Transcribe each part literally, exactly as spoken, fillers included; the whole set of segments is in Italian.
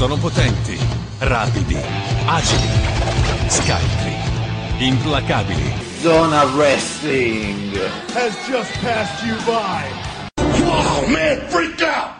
Sono potenti, rapidi, agili, scaltri, implacabili. Zona Wrestling has just passed you by. Wow, man, freak out!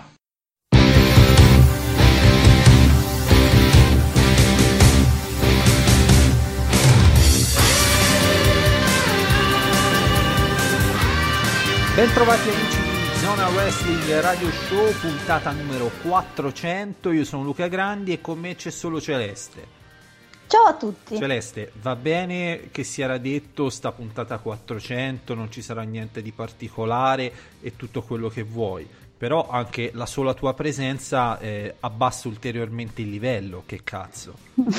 Bentrovati amici di Zona Wrestling Radio Show, puntata numero quattrocento. Io sono Luca Grandi e con me c'è solo Celeste. Ciao a tutti. Celeste, va bene che si era detto sta puntata quattrocento, non ci sarà niente di particolare e tutto quello che vuoi, però anche la sola tua presenza eh, abbassa ulteriormente il livello, che cazzo.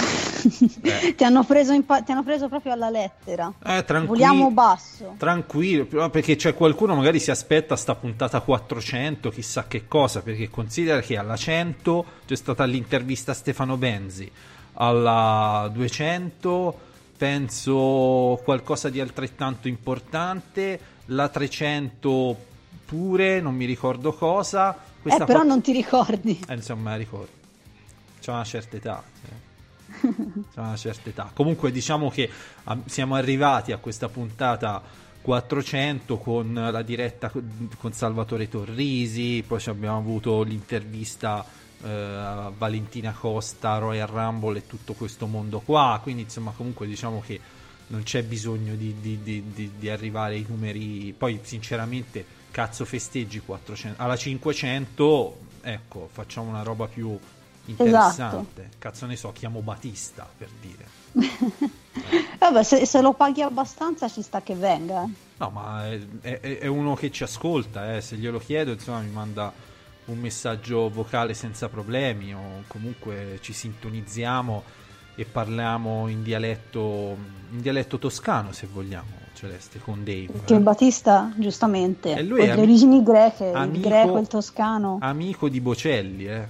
eh. ti, hanno preso in pa- ti hanno preso proprio alla lettera. Eh, tranqui- Vogliamo basso. Tranquillo, perché c'è qualcuno magari si aspetta sta puntata quattrocento, chissà che cosa, perché considera che alla cento c'è stata l'intervista a Stefano Benzi, alla duecento penso qualcosa di altrettanto importante, la trecento pure, non mi ricordo cosa. Questa eh però qua... non ti ricordi. Eh, insomma, ricordo. C'è una certa età. C'è. C'è una certa età. Comunque diciamo che ah, siamo arrivati a questa puntata quattrocento con la diretta con Salvatore Torrisi, poi abbiamo avuto l'intervista a uh, Valentina Costa, Royal Rumble e tutto questo mondo qua, quindi insomma comunque diciamo che non c'è bisogno di, di, di, di, di arrivare ai numeri. Poi sinceramente cazzo festeggi quattrocento alla cinquecento, ecco, facciamo una roba più interessante. Esatto. Cazzo ne so, chiamo Batista per dire. Vabbè, se, se lo paghi abbastanza ci sta che venga. No, ma è, è, è uno che ci ascolta, eh. Se glielo chiedo insomma mi manda un messaggio vocale senza problemi, o comunque ci sintonizziamo e parliamo in dialetto in dialetto toscano, se vogliamo, Celeste, con Dave. Che Battista, giustamente, e lui con è le origini greche, amico, il greco e il toscano. Amico di Bocelli, eh.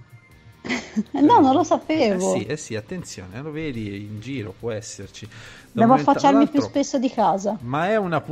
No, non lo sapevo. Eh sì, eh sì, attenzione, lo vedi in giro, può esserci. Devo affacciarmi più spesso di casa. Ma è una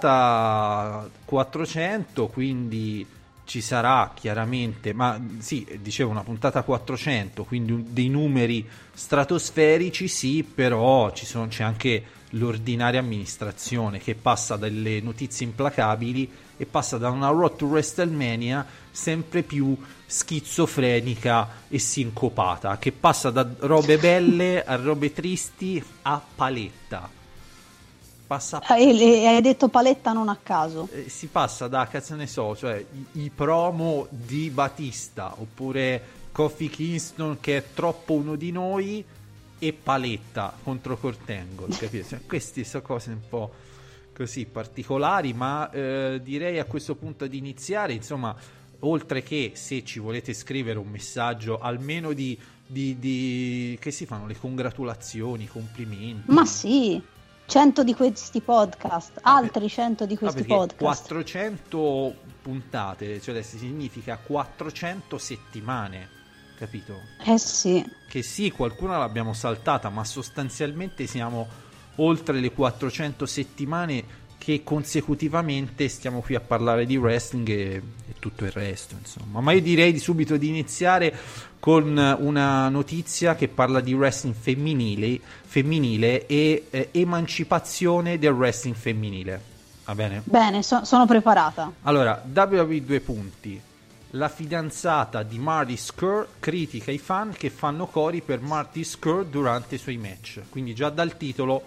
puntata quattrocento, quindi ci sarà chiaramente, ma sì, dicevo una puntata quattrocento, quindi un, dei numeri stratosferici, sì, però ci sono, c'è anche l'ordinaria amministrazione che passa dalle notizie implacabili e passa da una Road to WrestleMania sempre più schizofrenica e sincopata, che passa da robe belle a robe tristi a paletta. Passa... E hai detto paletta non a caso. Eh, si passa da, cazzo ne so, cioè i, i promo di Batista oppure Kofi Kingston che è troppo uno di noi e paletta contro Kurt Angle, capito? Cioè, queste sono cose un po' così particolari, ma eh, direi a questo punto di iniziare, insomma, oltre che se ci volete scrivere un messaggio almeno di, di, di che si fanno le congratulazioni, i complimenti. Ma sì, cento di questi podcast, altri cento di questi no, podcast. quattrocento puntate, cioè significa quattrocento settimane, capito? Eh sì. Che sì, qualcuna l'abbiamo saltata, ma sostanzialmente siamo oltre le quattrocento settimane che consecutivamente stiamo qui a parlare di wrestling e, e tutto il resto, insomma. Ma io direi di subito di iniziare con una notizia che parla di wrestling femminile, femminile e eh, emancipazione del wrestling femminile. Va bene? Bene, so- sono preparata. Allora, W W E due punti. La fidanzata di Marty Scurll critica i fan che fanno cori per Marty Scurll durante i suoi match. Quindi già dal titolo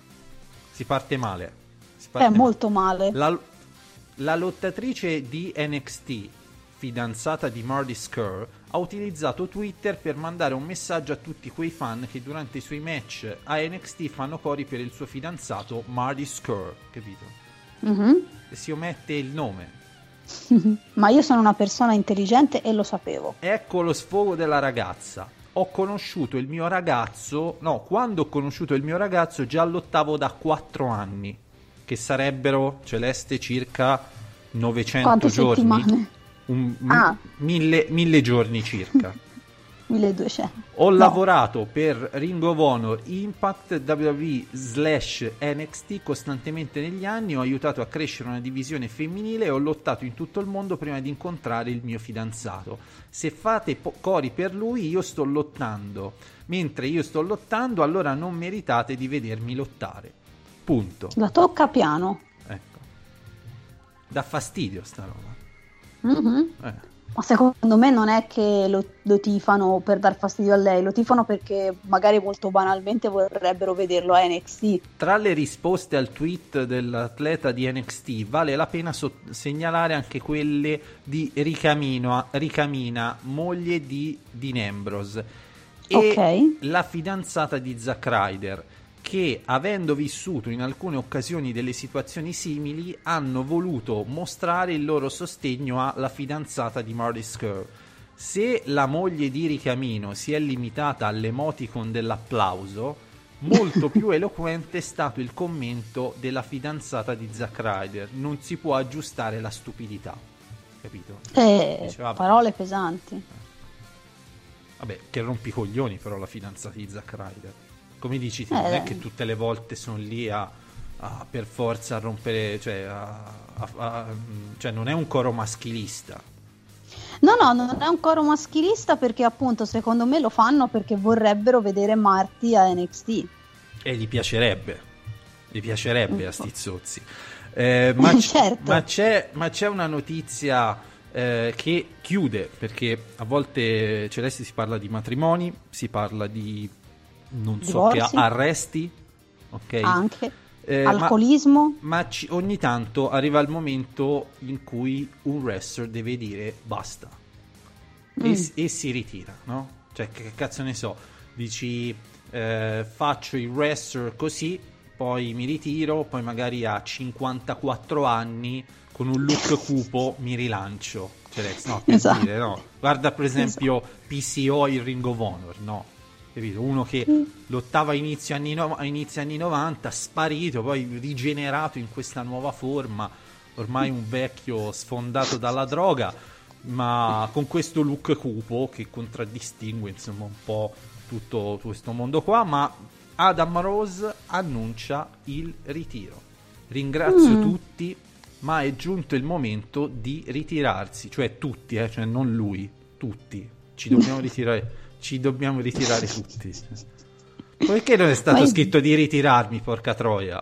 si parte male. Si parte È male. molto male. La, la lottatrice di N X T, fidanzata di Marty Scurll, ha utilizzato Twitter per mandare un messaggio a tutti quei fan che durante i suoi match a N X T fanno cori per il suo fidanzato Marty Scurll, capito? Mm-hmm. E si omette il nome. Ma io sono una persona intelligente e lo sapevo. Ecco lo sfogo della ragazza. Ho conosciuto il mio ragazzo, no, quando ho conosciuto il mio ragazzo già lottavo da quattro anni, che sarebbero, Celeste, circa novecento Quante giorni. settimane? Un, ah. mille, mille giorni circa. milleduecento. Ho No. lavorato per Ring of Honor, Impact, W W E slash N X T costantemente negli anni, ho aiutato a crescere una divisione femminile e ho lottato in tutto il mondo prima di incontrare il mio fidanzato. Se fate po- cori per lui, io sto lottando. Mentre io sto lottando, allora non meritate di vedermi lottare. Punto. La tocca piano. Ecco. Dà fastidio sta roba. Mhm. Eh. Ma secondo me non è che lo, lo tifano per dar fastidio a lei, lo tifano perché magari molto banalmente vorrebbero vederlo a N X T. Tra le risposte al tweet dell'atleta di N X T vale la pena so- segnalare anche quelle di Ricamino, Ricamina, moglie di Dean Ambrose, e Ok. la fidanzata di Zack Ryder, che avendo vissuto in alcune occasioni delle situazioni simili hanno voluto mostrare il loro sostegno alla fidanzata di Marty Scurll. Se la moglie di Ricamino si è limitata all'emoticon dell'applauso, molto più eloquente è stato il commento della fidanzata di Zack Ryder: non si può aggiustare la stupidità, capito? Eh, Diceva- parole pesanti. Vabbè, che rompicoglioni però la fidanzata di Zack Ryder. Come dici, Eh, non è dai. che tutte le volte sono lì a, a per forza a rompere, cioè, a, a- a- cioè non è un coro maschilista. No, no, non è un coro maschilista perché appunto secondo me lo fanno perché vorrebbero vedere Marty a N X T. E gli piacerebbe, gli piacerebbe a stizzozzi. Eh, ma, c- Certo. ma c'è, ma c'è una notizia eh, che chiude, perché a volte, Celeste, si parla di matrimoni, si parla di non so che Divorzi. arresti, ok? Anche Eh, ma- alcolismo. Ma ci- ogni tanto arriva il momento in cui un wrestler deve dire basta e, Mm. s- e si ritira, no? Cioè, che cazzo ne so, dici eh, faccio il wrestler così, poi mi ritiro, poi magari a cinquantaquattro anni con un look cupo mi rilancio. Cioè, no, per Esatto. dire, no. Guarda per esempio P C O in Ring of Honor, no? Capito? Uno che lottava a inizio anni, no- a inizio anni novanta, sparito, poi rigenerato in questa nuova forma, ormai un vecchio sfondato dalla droga, ma con questo look cupo che contraddistingue insomma un po' tutto questo mondo qua. Ma Adam Rose annuncia il ritiro. Ringrazio Mm. tutti, ma è giunto il momento di ritirarsi, cioè tutti, eh, cioè non lui, tutti. Ci dobbiamo ritirare. Ci dobbiamo ritirare tutti. Perché non è stato Ma- scritto di ritirarmi, porca troia?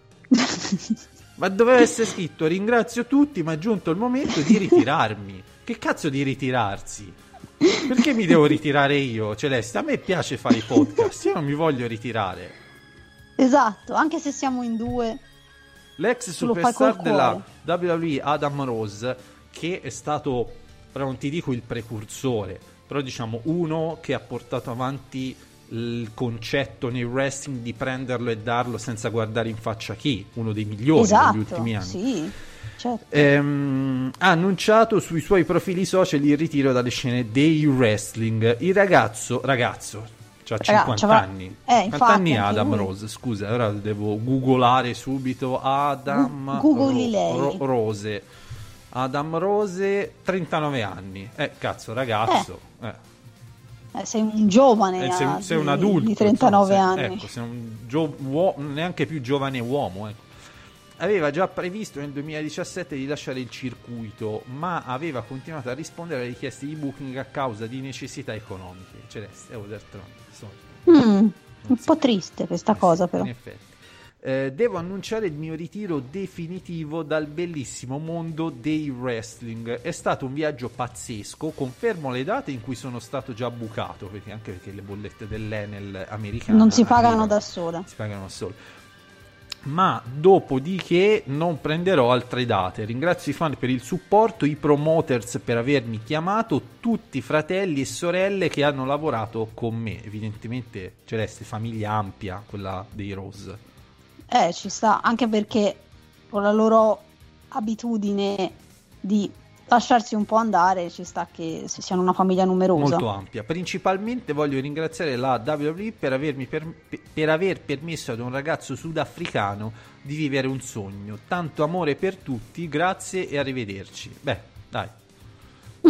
Ma doveva essere scritto ringrazio tutti, ma è giunto il momento di ritirarmi. Che cazzo di ritirarsi? Perché mi devo ritirare io, Celeste? A me piace fare i podcast, io non mi voglio ritirare. Esatto, anche se siamo in due. L'ex Tu lo fai col superstar della cuore. W W E, Adam Rose, che è stato, però non ti dico il precursore, però diciamo uno che ha portato avanti il concetto nel wrestling di prenderlo e darlo senza guardare in faccia chi, uno dei migliori Esatto, degli ultimi anni. sì, certo. Ehm, ha annunciato sui suoi profili social il ritiro dalle scene dei wrestling. Il ragazzo, ragazzo, c'ha cinquanta c'avrà- anni. eh, Quanti infatti, anni ha anche Adam lui. Rose? Scusa, ora devo googolare subito. Adam Gu- googli lei. Ro- Rose. Adam Rose, trentanove anni. Eh, cazzo, ragazzo. Eh. Eh, sei un giovane, Eh, sei, ah, sei un di- adulto di trentanove insomma, sei- anni. ecco, sei un gio- uo- neanche più giovane uomo, ecco. Aveva già previsto nel duemiladiciassette di lasciare il circuito, ma aveva continuato a rispondere alle richieste di booking a causa di necessità economiche. Celeste, è Overtron, solito. Mm, un po' triste questa Eh, cosa sì, però. in effetti. Eh, devo annunciare il mio ritiro definitivo dal bellissimo mondo dei wrestling. È stato un viaggio pazzesco. Confermo le date in cui sono stato già bucato, perché anche perché le bollette dell'Enel americane Non si pagano arrivano- da sola. si pagano da solo. Ma dopodiché non prenderò altre date. Ringrazio i fan per il supporto, i promoters per avermi chiamato, tutti i fratelli e sorelle che hanno lavorato con me. Evidentemente Celeste, famiglia ampia, quella dei Rose. Eh, ci sta, anche perché con la loro abitudine di lasciarsi un po' andare, ci sta che se siano una famiglia numerosa. Molto ampia. Principalmente voglio ringraziare la W W E per avermi per, per aver permesso ad un ragazzo sudafricano di vivere un sogno. Tanto amore per tutti, grazie e arrivederci. Beh, dai.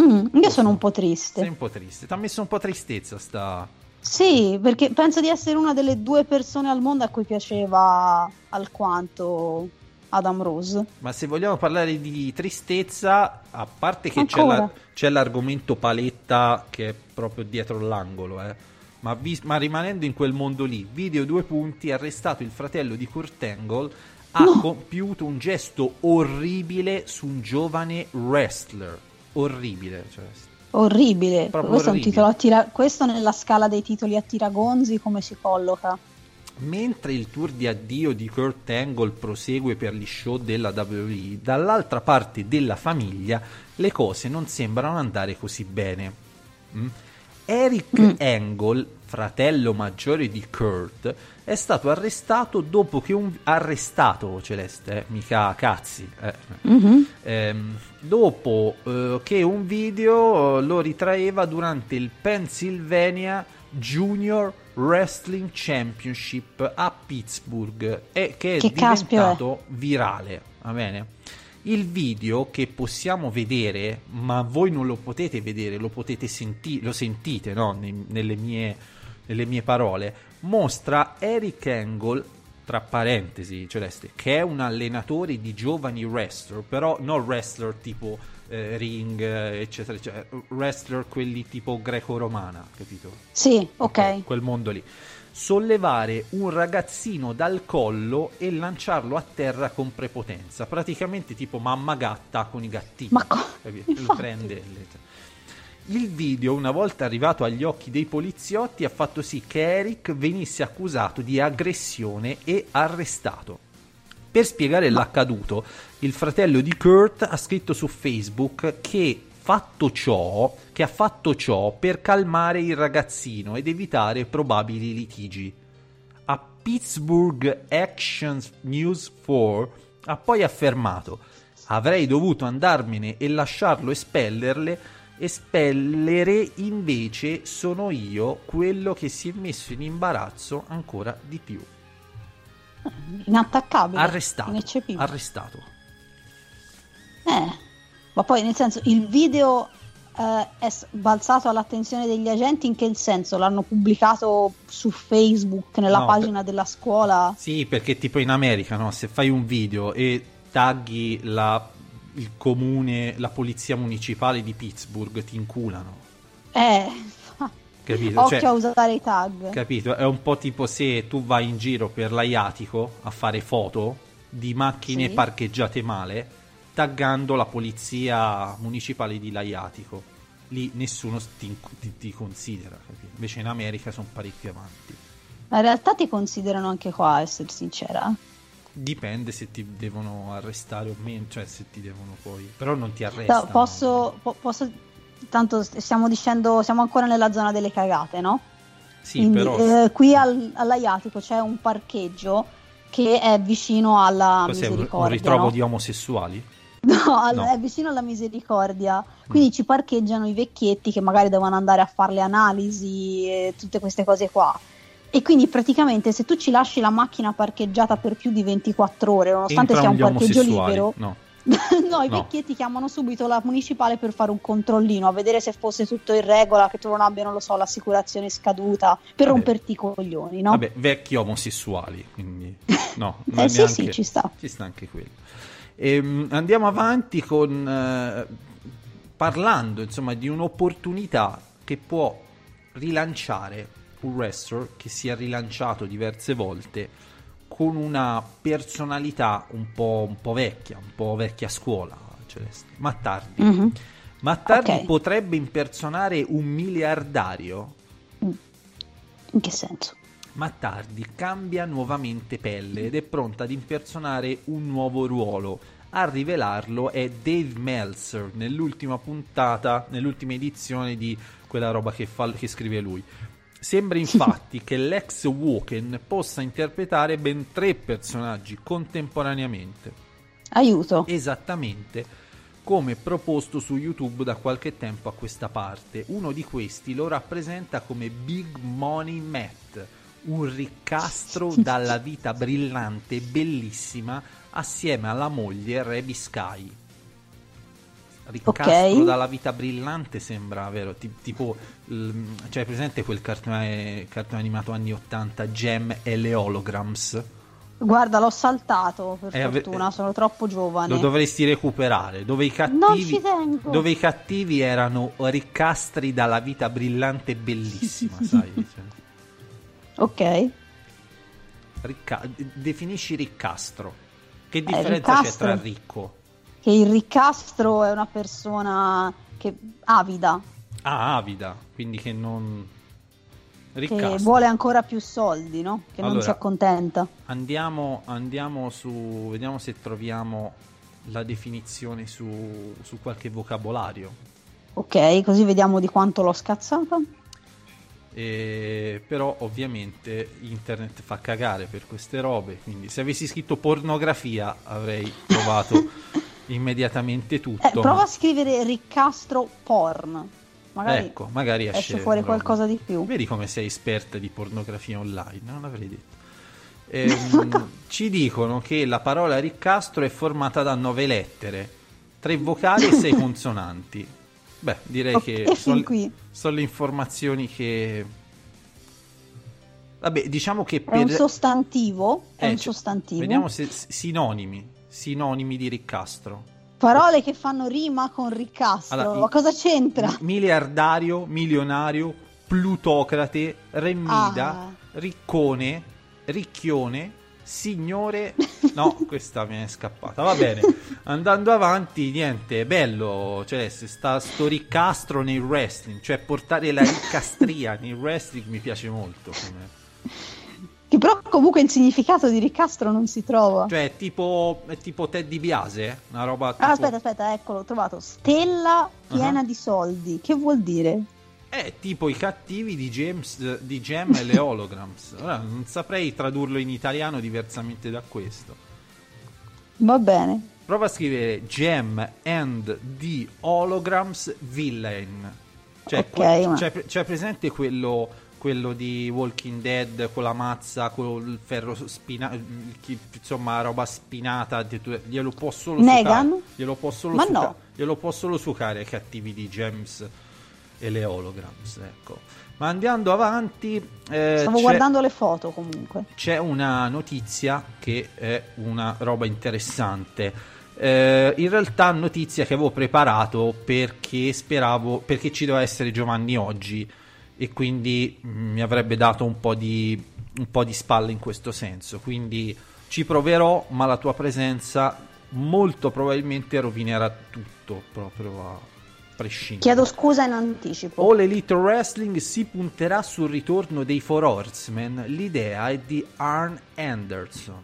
Mm, io sono un po' triste. Sei un po' triste. Ti ha messo un po' tristezza sta... Sì, perché penso di essere una delle due persone al mondo a cui piaceva alquanto Adam Rose. Ma se vogliamo parlare di tristezza, a parte che c'è, Ancora? la- c'è l'argomento paletta che è proprio dietro l'angolo, eh. Ma, vis- ma rimanendo in quel mondo lì, video due punti, arrestato il fratello di Kurt Angle, ha No. compiuto un gesto orribile su un giovane wrestler. Orribile, cioè. Orribile. Proprio Questo è un orribile. titolo a tira... Questo nella scala dei titoli a tiragonzi come si colloca? Mentre il tour di addio di Kurt Angle prosegue per gli show della W W E, dall'altra parte della famiglia le cose non sembrano andare così bene. Mm? Eric Mm. Angle, fratello maggiore di Kurt, è stato arrestato dopo che un... arrestato, Celeste, eh? Mica cazzi. Eh. Mhm. Ehm, dopo eh, che un video eh, lo ritraeva durante il Pennsylvania Junior Wrestling Championship a Pittsburgh e che è Che caspio diventato virale, va bene? Il video che possiamo vedere, ma voi non lo potete vedere, lo potete sentire, lo sentite, no? Ne- nelle mie, nelle mie parole, mostra Eric Angle, tra parentesi, Celeste, che è un allenatore di giovani wrestler, però non wrestler tipo eh, ring, eh, eccetera, eccetera, wrestler quelli tipo greco-romana, capito? Sì, ok. Quel mondo lì. Sollevare un ragazzino dal collo e lanciarlo a terra con prepotenza, praticamente tipo mamma gatta con i gattini. Ma co- capito? Lui infatti. prende le- Il video, una volta arrivato agli occhi dei poliziotti, ha fatto sì che Eric venisse accusato di aggressione e arrestato. Per spiegare l'accaduto, il fratello di Kurt ha scritto su Facebook che fatto ciò, che ha fatto ciò per calmare il ragazzino ed evitare probabili litigi. A Pittsburgh Action News quattro ha poi affermato: avrei dovuto andarmene e lasciarlo espellerle, espellere, invece sono io quello che si è messo in imbarazzo ancora di più. Inattaccabile. Arrestato, Ineccepibile. arrestato. Eh, ma poi nel senso, il video eh, è s- balzato all'attenzione degli agenti in che senso? L'hanno pubblicato su Facebook, nella No, pagina della scuola? Sì, perché tipo in America, no? Se fai un video e tagghi la, il comune, la polizia municipale di Pittsburgh, ti inculano. Eh, Capito? occhio Cioè, a usare i tag. capito? È un po' tipo se tu vai in giro per l'Aiatico a fare foto di macchine Sì. parcheggiate male, taggando la polizia municipale di Laiatico. Lì nessuno ti, ti- ti considera, capito? Invece in America sono parecchio avanti. Ma in realtà ti considerano anche qua, a essere sincera. Dipende se ti devono arrestare o meno, cioè se ti devono poi... Però non ti arrestano. No, posso, po- posso, tanto stiamo dicendo, siamo ancora nella zona delle cagate, no? Sì, Quindi, però... eh, qui al, all'Aiatico c'è un parcheggio che è vicino alla Cos'è, un, Misericordia, un ritrovo no? di omosessuali? No, al- No. è vicino alla Misericordia, quindi ci parcheggiano i vecchietti che magari devono andare a fare le analisi e tutte queste cose qua. E quindi praticamente se tu ci lasci la macchina parcheggiata per più di ventiquattro ore, nonostante sia Entrano un gli parcheggio omosessuali. libero, No. no, i No. vecchietti chiamano subito la municipale per fare un controllino, a vedere se fosse tutto in regola, che tu non abbia, non lo so, l'assicurazione scaduta, per Vabbè. romperti i coglioni, no? Vabbè, vecchi omosessuali, quindi... No, Eh ma sì, neanche... sì, ci sta. Ci sta anche quello. Ehm, andiamo avanti con... eh, parlando, insomma, di un'opportunità che può rilanciare un wrestler che si è rilanciato diverse volte con una personalità un po', un po' vecchia, un po' vecchia scuola, Celeste. Matt Hardy. Mhm. Matt Hardy Ok. potrebbe impersonare un miliardario. In che senso? Matt Hardy cambia nuovamente pelle ed è pronta ad impersonare un nuovo ruolo. A rivelarlo è Dave Meltzer nell'ultima puntata, nell'ultima edizione di quella roba che, fa, che scrive lui. Sembra infatti che l'ex Woken possa interpretare ben tre personaggi contemporaneamente, Aiuto. esattamente come proposto su YouTube da qualche tempo a questa parte. Uno di questi lo rappresenta come Big Money Matt, un riccastro dalla vita brillante e bellissima assieme alla moglie Ruby Sky. Ricastro Ok. dalla vita brillante sembra vero, ti- tipo mm, cioè presente quel cartone, cartone animato anni ottanta, Gem e le Holograms? Guarda, l'ho saltato per Eh, ave- fortuna, sono troppo giovane. Lo dovresti recuperare, dove i Non cattivi ci tengo. dove i cattivi erano ricastri dalla vita brillante bellissima, sai? Cioè, Ok. ricca- definisci riccastro. Che differenza c'è riccastro. tra ricco? Che il ricastro è una persona che avida, Ah, avida, quindi che non che riccastro. vuole ancora più soldi, no? Che non Allora, si accontenta. Andiamo, andiamo su, vediamo se troviamo la definizione su, su qualche vocabolario. Ok, così vediamo di quanto l'ho scazzata. E, però ovviamente internet fa cagare per queste robe, quindi se avessi scritto pornografia avrei trovato immediatamente tutto. Eh, prova ma- a scrivere ricastro porn. Magari ecco, magari esce, esce fuori roba. qualcosa di più. Vedi come sei esperta di pornografia online, non l'avrei detto. Ehm, ci dicono che la parola riccastro è formata da nove lettere, tre vocali e sei consonanti. Beh, direi Ok, che fin sono qui. le informazioni che... Vabbè, diciamo che È un per... sostantivo? È eh, un cioè, sostantivo? Vediamo se sinonimi, sinonimi di riccastro. Parole che fanno rima con ricastro. Allora, Ma i- cosa c'entra? Mi- Miliardario, milionario, plutocrate, remida, Ah. riccone, ricchione, signore... No, questa mi è scappata. Va bene, andando avanti, niente, è bello, cioè se sta sto riccastro nel wrestling, cioè portare la riccastria nel wrestling mi piace molto. come- Che però comunque il significato di ricastro non si trova. Cioè è tipo, è tipo Ted DiBiase, una roba tipo... Ah, aspetta, aspetta, eccolo, ho trovato. Stella piena Ah. di soldi. Che vuol dire? È tipo i cattivi di James di Gem e le Holograms. Ora, non saprei tradurlo in italiano diversamente da questo. Va bene. Prova a scrivere Gem and the Holograms Villain. Cioè, Ok, que- ma- c'è, c'è presente quello, quello di Walking Dead con la mazza, con il ferro spinato, insomma, roba spinata. di- tu- Glielo può solo Negan? sucare. Glielo può solo Ma suca- no. glielo può solo sucare ai cattivi di Gems e le Holograms, ecco. Ma andando avanti, eh, Stavo c'è- guardando le foto comunque. c'è una notizia che è una roba interessante. Eh, in realtà notizia che avevo preparato perché speravo, perché ci doveva essere Giovanni oggi e quindi mm, mi avrebbe dato un po' di un po' di spalle in questo senso. Quindi ci proverò, ma la tua presenza molto probabilmente rovinerà tutto proprio a prescindere. Chiedo scusa in anticipo. All Elite Wrestling si punterà sul ritorno dei Four Horsemen. L'idea è di Arn Anderson.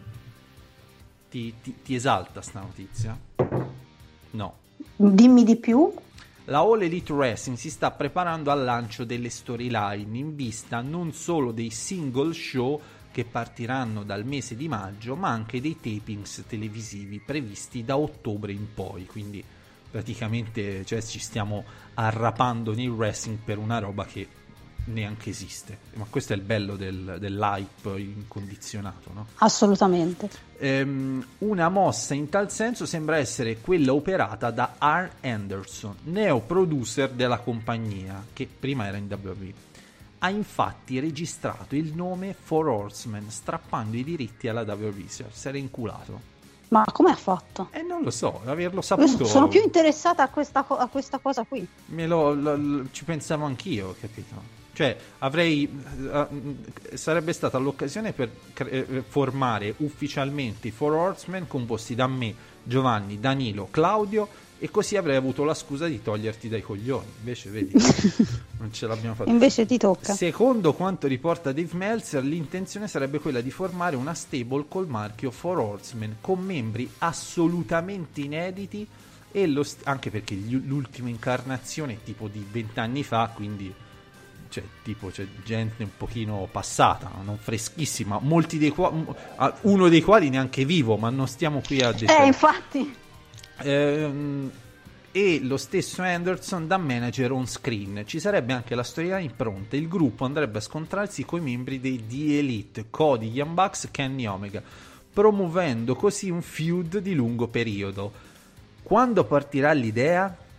Ti, ti, ti esalta sta notizia? No. Dimmi di più. La All Elite Wrestling si sta preparando al lancio delle storyline in vista non solo dei single show che partiranno dal mese di maggio, ma anche dei tapings televisivi previsti da ottobre in poi. Quindi praticamente, cioè, ci stiamo arrapando nel wrestling per una roba che neanche esiste. Ma questo è il bello del, dell'hype incondizionato, no? Assolutamente. Ehm, una mossa in tal senso sembra essere quella operata da Arn Anderson, neo producer della compagnia, che prima era in W W E. Ha infatti registrato il nome Four Horsemen, strappando i diritti alla W W E, cioè, si era inculato. Ma come ha fatto? E non lo so, averlo Io saputo. sono più interessata a questa, co- a questa cosa qui. Me lo, lo- lo- ci pensavo anch'io, capito? Cioè, avrei. eh, sarebbe stata l'occasione per cre- eh, formare ufficialmente i Four Horsemen composti da me, Giovanni, Danilo, Claudio, e così avrei avuto la scusa di toglierti dai coglioni. Invece, vedi, non ce l'abbiamo fatta. Invece ti tocca. Secondo quanto riporta Dave Meltzer, l'intenzione sarebbe quella di formare una stable col marchio Four Horsemen con membri assolutamente inediti e lo st- anche perché gli- l'ultima incarnazione è tipo di vent'anni fa, quindi cioè tipo c'è gente un pochino passata, non freschissima, molti dei quali, uno dei quali neanche vivo, ma non stiamo qui a Eh, dettagliare. infatti. Ehm, e lo stesso Anderson da manager on screen. Ci sarebbe anche la storyline pronta. Il gruppo andrebbe a scontrarsi con i membri dei The Elite, Cody, Young Bucks, Kenny Omega, promuovendo così un feud di lungo periodo. Quando partirà l'idea?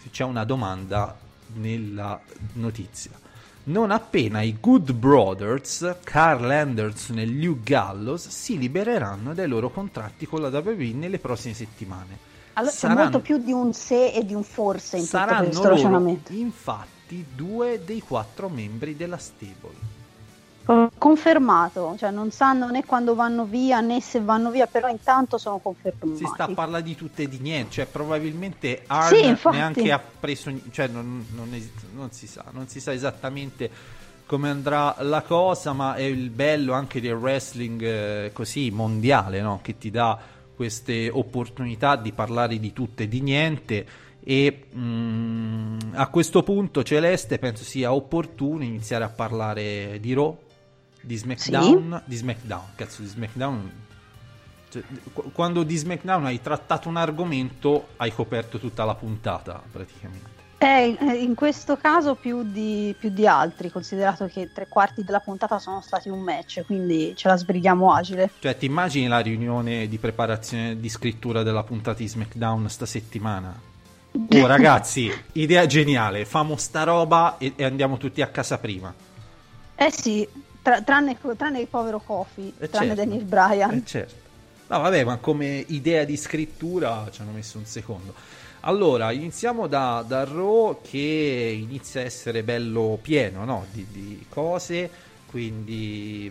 c'è una domanda nella notizia. Non appena i Good Brothers, Carl Anderson e Luke Gallows, si libereranno dai loro contratti con la W W E nelle prossime settimane. Allora Saranno, c'è molto più di un se e di un forse in tutto questo loro, ragionamento. infatti, due dei quattro membri della stable. Confermato, cioè non sanno né quando vanno via né se vanno via, però intanto sono confermati. Si sta a parlare di tutte e di niente, cioè probabilmente Arn sì, infatti. neanche ha preso, cioè non, non, es- non si sa, non si sa esattamente come andrà la cosa, ma è il bello anche del wrestling eh, così mondiale, no? Che ti dà queste opportunità di parlare di tutte e di niente. E mm, a questo punto, Celeste, penso sia opportuno iniziare a parlare di Raw, di SmackDown, sì? di SmackDown, cazzo di SmackDown. Cioè, quando di SmackDown hai trattato un argomento, hai coperto tutta la puntata praticamente. Eh, in questo caso più di, più di altri, considerato che tre quarti della puntata sono stati un match, quindi ce la sbrighiamo agile. Cioè, ti immagini la riunione di preparazione di scrittura della puntata di SmackDown sta settimana? Oh ragazzi, idea geniale, famo sta roba e, e andiamo tutti a casa prima. Eh sì, tra, tranne, tranne il povero Kofi, eh tranne certo. Daniel Bryan. Eh certo. No vabbè, ma come idea di scrittura ci hanno messo un secondo. Allora, iniziamo da, da Raw, che inizia a essere bello pieno, no? di, di cose, quindi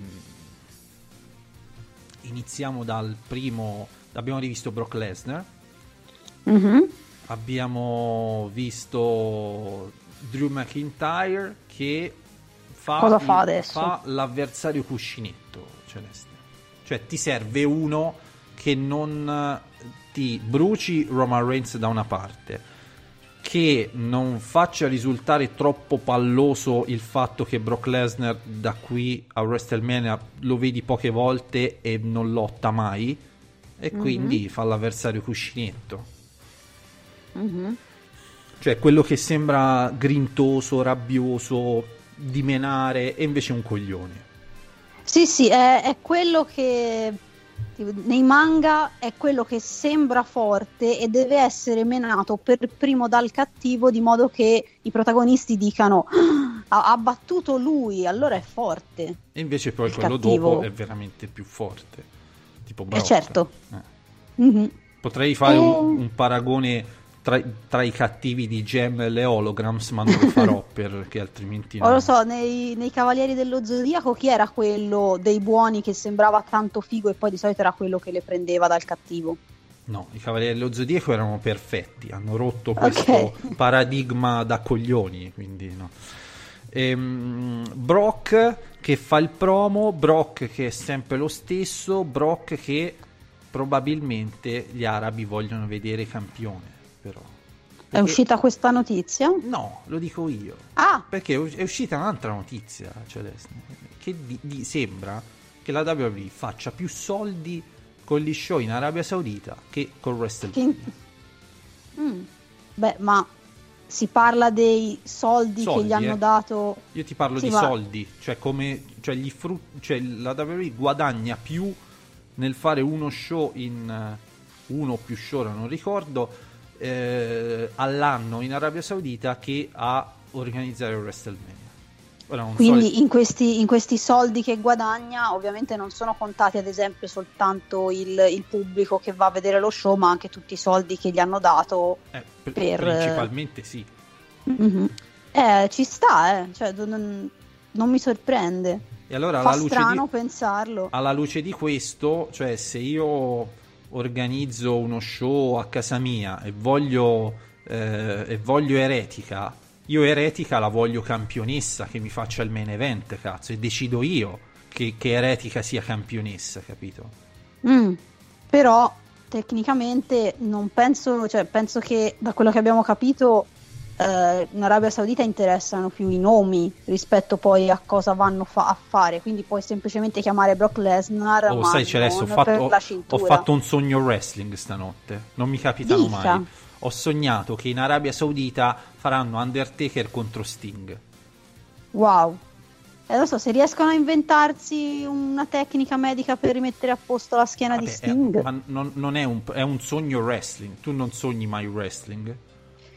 iniziamo dal primo, abbiamo rivisto Brock Lesnar. Mm-hmm. Abbiamo visto Drew McIntyre che fa, cosa fa il, adesso? Fa l'avversario cuscinetto, Celeste. Cioè ti serve uno che non ti bruci Roman Reigns da una parte, che non faccia risultare troppo palloso il fatto che Brock Lesnar da qui a WrestleMania lo vedi poche volte e non lotta mai, e mm-hmm. quindi fa l'avversario cuscinetto. Mm-hmm. Cioè quello che sembra grintoso, rabbioso, di menare, e invece è un coglione. Sì, sì, è, è quello che nei manga è quello che sembra forte e deve essere menato per primo dal cattivo, di modo che i protagonisti dicano ah, ha battuto lui, allora è forte. E invece poi quello cattivo. dopo è veramente più forte, tipo Brock. Eh certo. Eh. Mm-hmm. Potrei fare e... un, un paragone tra, tra i cattivi di Gem e le Holograms, ma non lo farò perché altrimenti no. non... lo so, nei, nei Cavalieri dello Zodiaco chi era quello dei buoni che sembrava tanto figo e poi di solito era quello che le prendeva dal cattivo? No, i Cavalieri dello Zodiaco erano perfetti, hanno rotto questo okay. paradigma da coglioni, quindi no. Ehm, Brock che fa il promo, Brock che è sempre lo stesso, Brock che probabilmente gli arabi vogliono vedere campione, però. Perché... È uscita questa notizia? No, lo dico io. Ah! Perché è uscita un'altra notizia, Celeste, che di, di, sembra che la W W E faccia più soldi con gli show in Arabia Saudita che con WrestleMania. Che... Mm. Beh, ma si parla dei soldi, soldi che gli hanno eh. dato. Io ti parlo sì, di ma... soldi, cioè come cioè gli fru- cioè la W W E guadagna più nel fare uno show in uh, uno o più show, non ricordo, eh, all'anno in Arabia Saudita che a organizzare il WrestleMania. Ora, non Quindi so il... in, questi, in questi soldi che guadagna ovviamente non sono contati ad esempio soltanto il, il pubblico che va a vedere lo show, ma anche tutti i soldi che gli hanno dato eh, per, per... principalmente sì. Mm-hmm. Eh, ci sta, eh. Cioè, non, non mi sorprende. E allora, fa alla luce strano di... pensarlo. Alla luce di questo, cioè se io organizzo uno show a casa mia e voglio eh, e voglio Eretica, io Eretica la voglio campionessa, che mi faccia il main event, cazzo, e decido io che, che Eretica sia campionessa, capito? Mm, però tecnicamente non penso, cioè penso che da quello che abbiamo capito eh, in Arabia Saudita interessano più i nomi rispetto poi a cosa vanno fa- a fare, quindi puoi semplicemente chiamare Brock Lesnar, oh, ma sai, Celeste, ho non fatto, per la ho, cintura. ho fatto un sogno wrestling stanotte, non mi capitano Dica. mai. Ho sognato che in Arabia Saudita faranno Undertaker contro Sting. Wow. E non so, se riescono a inventarsi una tecnica medica per rimettere a posto la schiena Vabbè, di Sting. È, ma non, non è, un, è un sogno wrestling. Tu non sogni mai wrestling?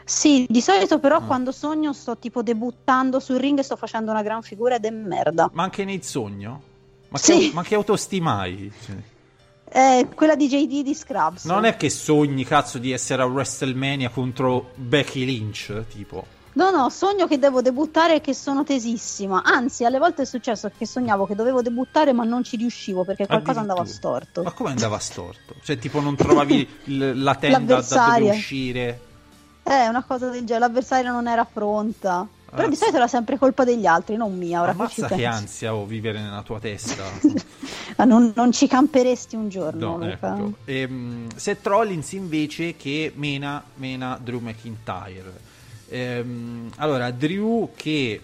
Sì, di solito però Ah. quando sogno sto tipo debuttando sul ring e sto facendo una gran figura ed è merda. Ma anche nel sogno? Ma, Sì. che, ma che autostima hai? Cioè, È quella di J D di Scrubs. non è che sogni, cazzo, di essere a WrestleMania contro Becky Lynch, tipo. No, no, sogno che devo debuttare e che sono tesissima. Anzi, alle volte è successo che sognavo che dovevo debuttare ma non ci riuscivo perché qualcosa andava Addirittura. storto. Ma come andava storto? Cioè, tipo, non trovavi il- la tenda da dove L'avversaria. uscire? Eh, una cosa del genere, l'avversaria non era pronta. Però di Ammazza. solito era sempre colpa degli altri, non mia. Ora che ci Ammazza che penso. ansia o vivere nella tua testa. Ma non, non ci camperesti un giorno, No, Luca. ecco. Ehm, Seth Rollins invece che mena, mena Drew McIntyre. Ehm, allora, Drew che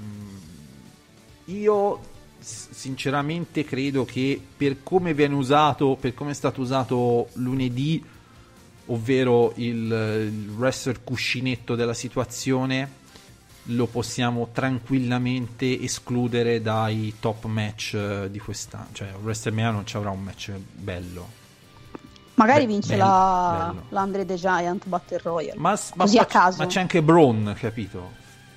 mh, io s- sinceramente credo che per come viene usato, per come è stato usato lunedì, ovvero il, il wrestler cuscinetto della situazione, lo possiamo tranquillamente escludere dai top match eh, di quest'anno. Cioè, WrestleMania non ci avrà un match bello. Magari Be- vince bello, la, bello. l'Andre the Giant Battle Royale. Ma, ma Così poi a caso. ma c'è anche Braun, capito?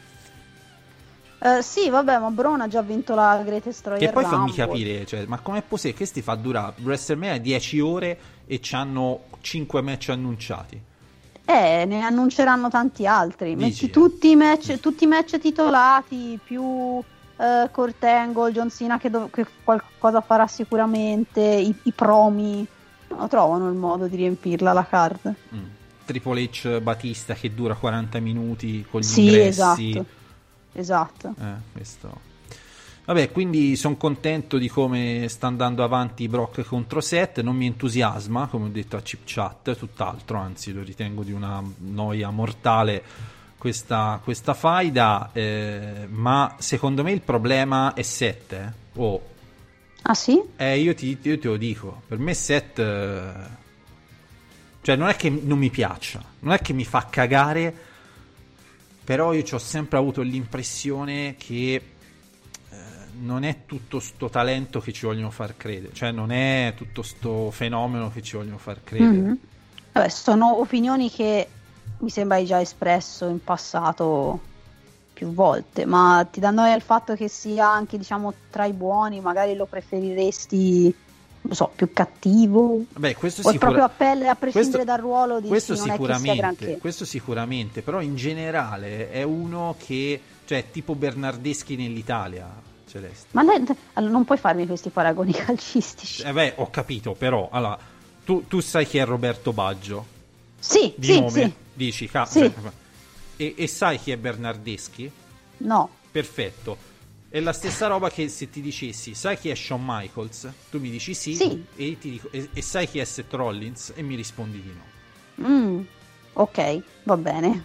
Eh, sì, vabbè, ma Braun ha già vinto la Greatest Royal Che poi fammi Rumble. capire, cioè, ma com'è possibile? Questi fa durare WrestleMania dieci ore e c'hanno cinque match annunciati? Eh, ne annunceranno tanti altri. Dici, Metti eh? tutti i match, tutti i match titolati, più eh, Kurt Angle, John Cena che, dov- che qualcosa farà sicuramente, i, i promi. No, trovano il modo di riempirla la card. Mm. Triple H Batista che dura quaranta minuti con gli Sì, ingressi. esatto. Esatto. Eh, questo. Vabbè, quindi sono contento di come sta andando avanti Brock contro Seth. Non mi entusiasma, come ho detto a Chip Chat, tutt'altro, anzi lo ritengo di una noia mortale questa, questa faida. Eh, ma secondo me il problema è Seth. Eh. Oh. Ah sì? Eh, io, ti, io te lo dico, per me Seth, eh, cioè non è che non mi piaccia, non è che mi fa cagare, però io ci ho sempre avuto l'impressione che eh, non è tutto sto talento che ci vogliono far credere, cioè non è tutto sto fenomeno che ci vogliono far credere. Mm-hmm. Vabbè, sono opinioni che mi sembra hai già espresso in passato più volte, ma ti dà noia il fatto che sia anche, diciamo, tra i buoni, magari lo preferiresti, non so, più cattivo? Beh, questo o è sicura- proprio a pelle, a prescindere questo- dal ruolo, dici, questo non è che sia sicuramente, granché. questo sicuramente, però in generale è uno che, cioè tipo Bernardeschi nell'Italia, Celeste. Ma lei, allora, non puoi farmi questi paragoni calcistici. Eh beh, ho capito, però, allora, tu, tu sai chi è Roberto Baggio? Sì, Di sì, nome? sì. Dici, ca- Sì. e, e sai chi è Bernardeschi? No. Perfetto. È la stessa roba che se ti dicessi, sai chi è Shawn Michaels? Tu mi dici sì, Sì. E, ti dico, e, e sai chi è Seth Rollins? E mi rispondi di no. Mm, ok, va bene.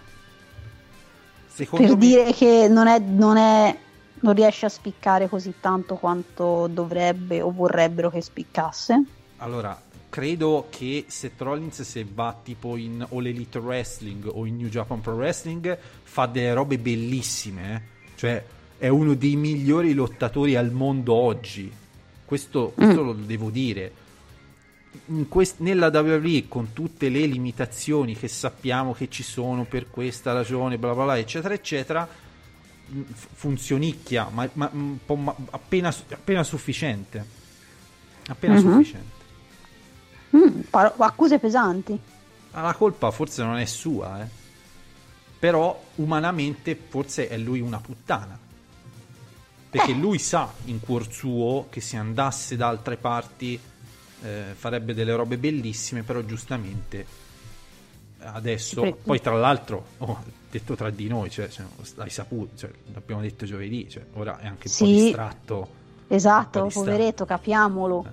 Secondo Per me, dire che non è, non è, non riesce a spiccare così tanto quanto dovrebbe o vorrebbero che spiccasse. allora, credo che Seth Rollins, se va tipo in All Elite Wrestling o in New Japan Pro Wrestling, fa delle robe bellissime, eh. Cioè è uno dei migliori lottatori al mondo oggi, questo, questo Mm. lo devo dire. In quest- nella W W E, con tutte le limitazioni che sappiamo che ci sono per questa ragione, bla bla bla, eccetera eccetera, mh, f- funzionicchia, ma, ma un po' ma- appena, appena sufficiente, appena Mhm. sufficiente. Mm, par- accuse pesanti. Ah, la colpa forse non è sua, eh. Però umanamente forse è lui una puttana, perché lui sa in cuor suo che se andasse da altre parti eh, farebbe delle robe bellissime, però giustamente adesso, Pre- poi tra l'altro, oh, detto tra di noi, cioè, cioè, l'hai saputo, cioè, l'abbiamo detto giovedì, cioè, ora è anche un po' Sì. distratto. Esatto, Un po' distratto. poveretto, capiamolo.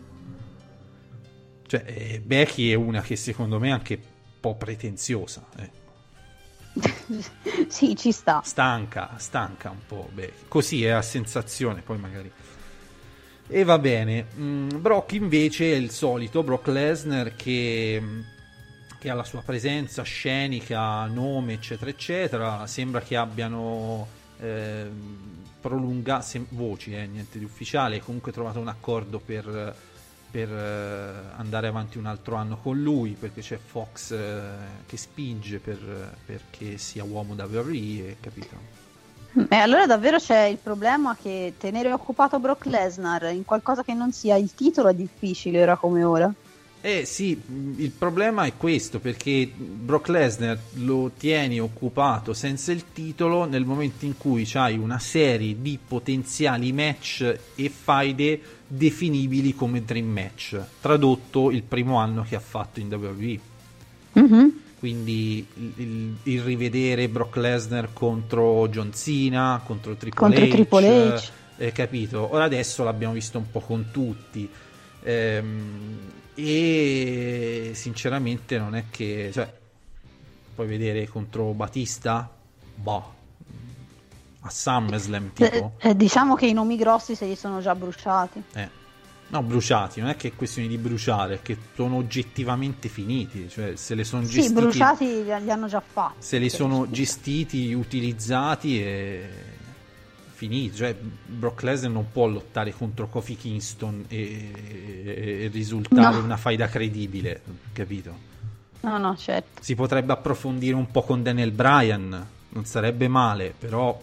Cioè, eh, Becky è una che secondo me è anche un po' pretenziosa, eh. Sì, ci sta. stanca, stanca un po', beh, così è la sensazione, poi magari. E va bene. mm, Brock invece è il solito Brock Lesnar che, che ha la sua presenza scenica, nome, eccetera eccetera. Sembra che abbiano eh, prolungato voci, eh, niente di ufficiale, comunque trovato un accordo per per eh, andare avanti un altro anno con lui, perché c'è Fox eh, che spinge per, perché sia uomo da W W E, capito? E allora davvero c'è il problema che tenere occupato Brock Lesnar in qualcosa che non sia il titolo è difficile ora come ora. Eh sì, il problema è questo, perché Brock Lesnar lo tieni occupato senza il titolo nel momento in cui c'hai una serie di potenziali match e faide definibili come dream match, tradotto il primo anno che ha fatto in W W E. Mm-hmm. Quindi il, il, il rivedere Brock Lesnar contro John Cena, contro Triple contro H, Triple H. Eh, capito? Ora adesso l'abbiamo visto un po' con tutti. Ehm, e sinceramente non è che, cioè, puoi vedere contro Batista, boh, a SummerSlam tipo, eh, eh, diciamo che i nomi grossi se li sono già bruciati. eh. no, bruciati, non è che è questione di bruciare, è che sono oggettivamente finiti, cioè se le sono Sì, gestiti, bruciati li li hanno già fatti. se li Cioè, sono scusa. gestiti, utilizzati e finiti. Cioè Brock Lesnar non può lottare contro Kofi Kingston e, e, e risultare No. una faida credibile, capito? No, no, certo. Si potrebbe approfondire un po' con Daniel Bryan, non sarebbe male, però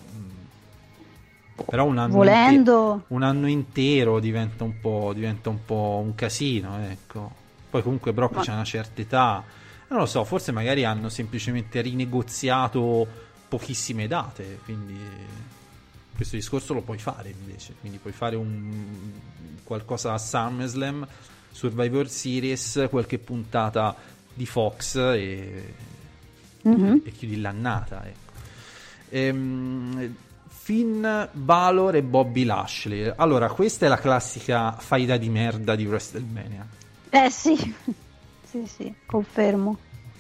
però un anno, Volendo. inte- un anno intero diventa un po' diventa un po' un casino, ecco. Poi comunque Brock Ma- c'ha una certa età, non lo so, forse magari hanno semplicemente rinegoziato pochissime date, quindi questo discorso lo puoi fare invece, quindi puoi fare un qualcosa a SummerSlam, Survivor Series, qualche puntata di Fox e, Mhm. e chiudi l'annata, ecco. Ehm, Finn Balor e Bobby Lashley. Allora, questa è la classica faida di merda di WrestleMania. Eh sì, sì, sì, confermo.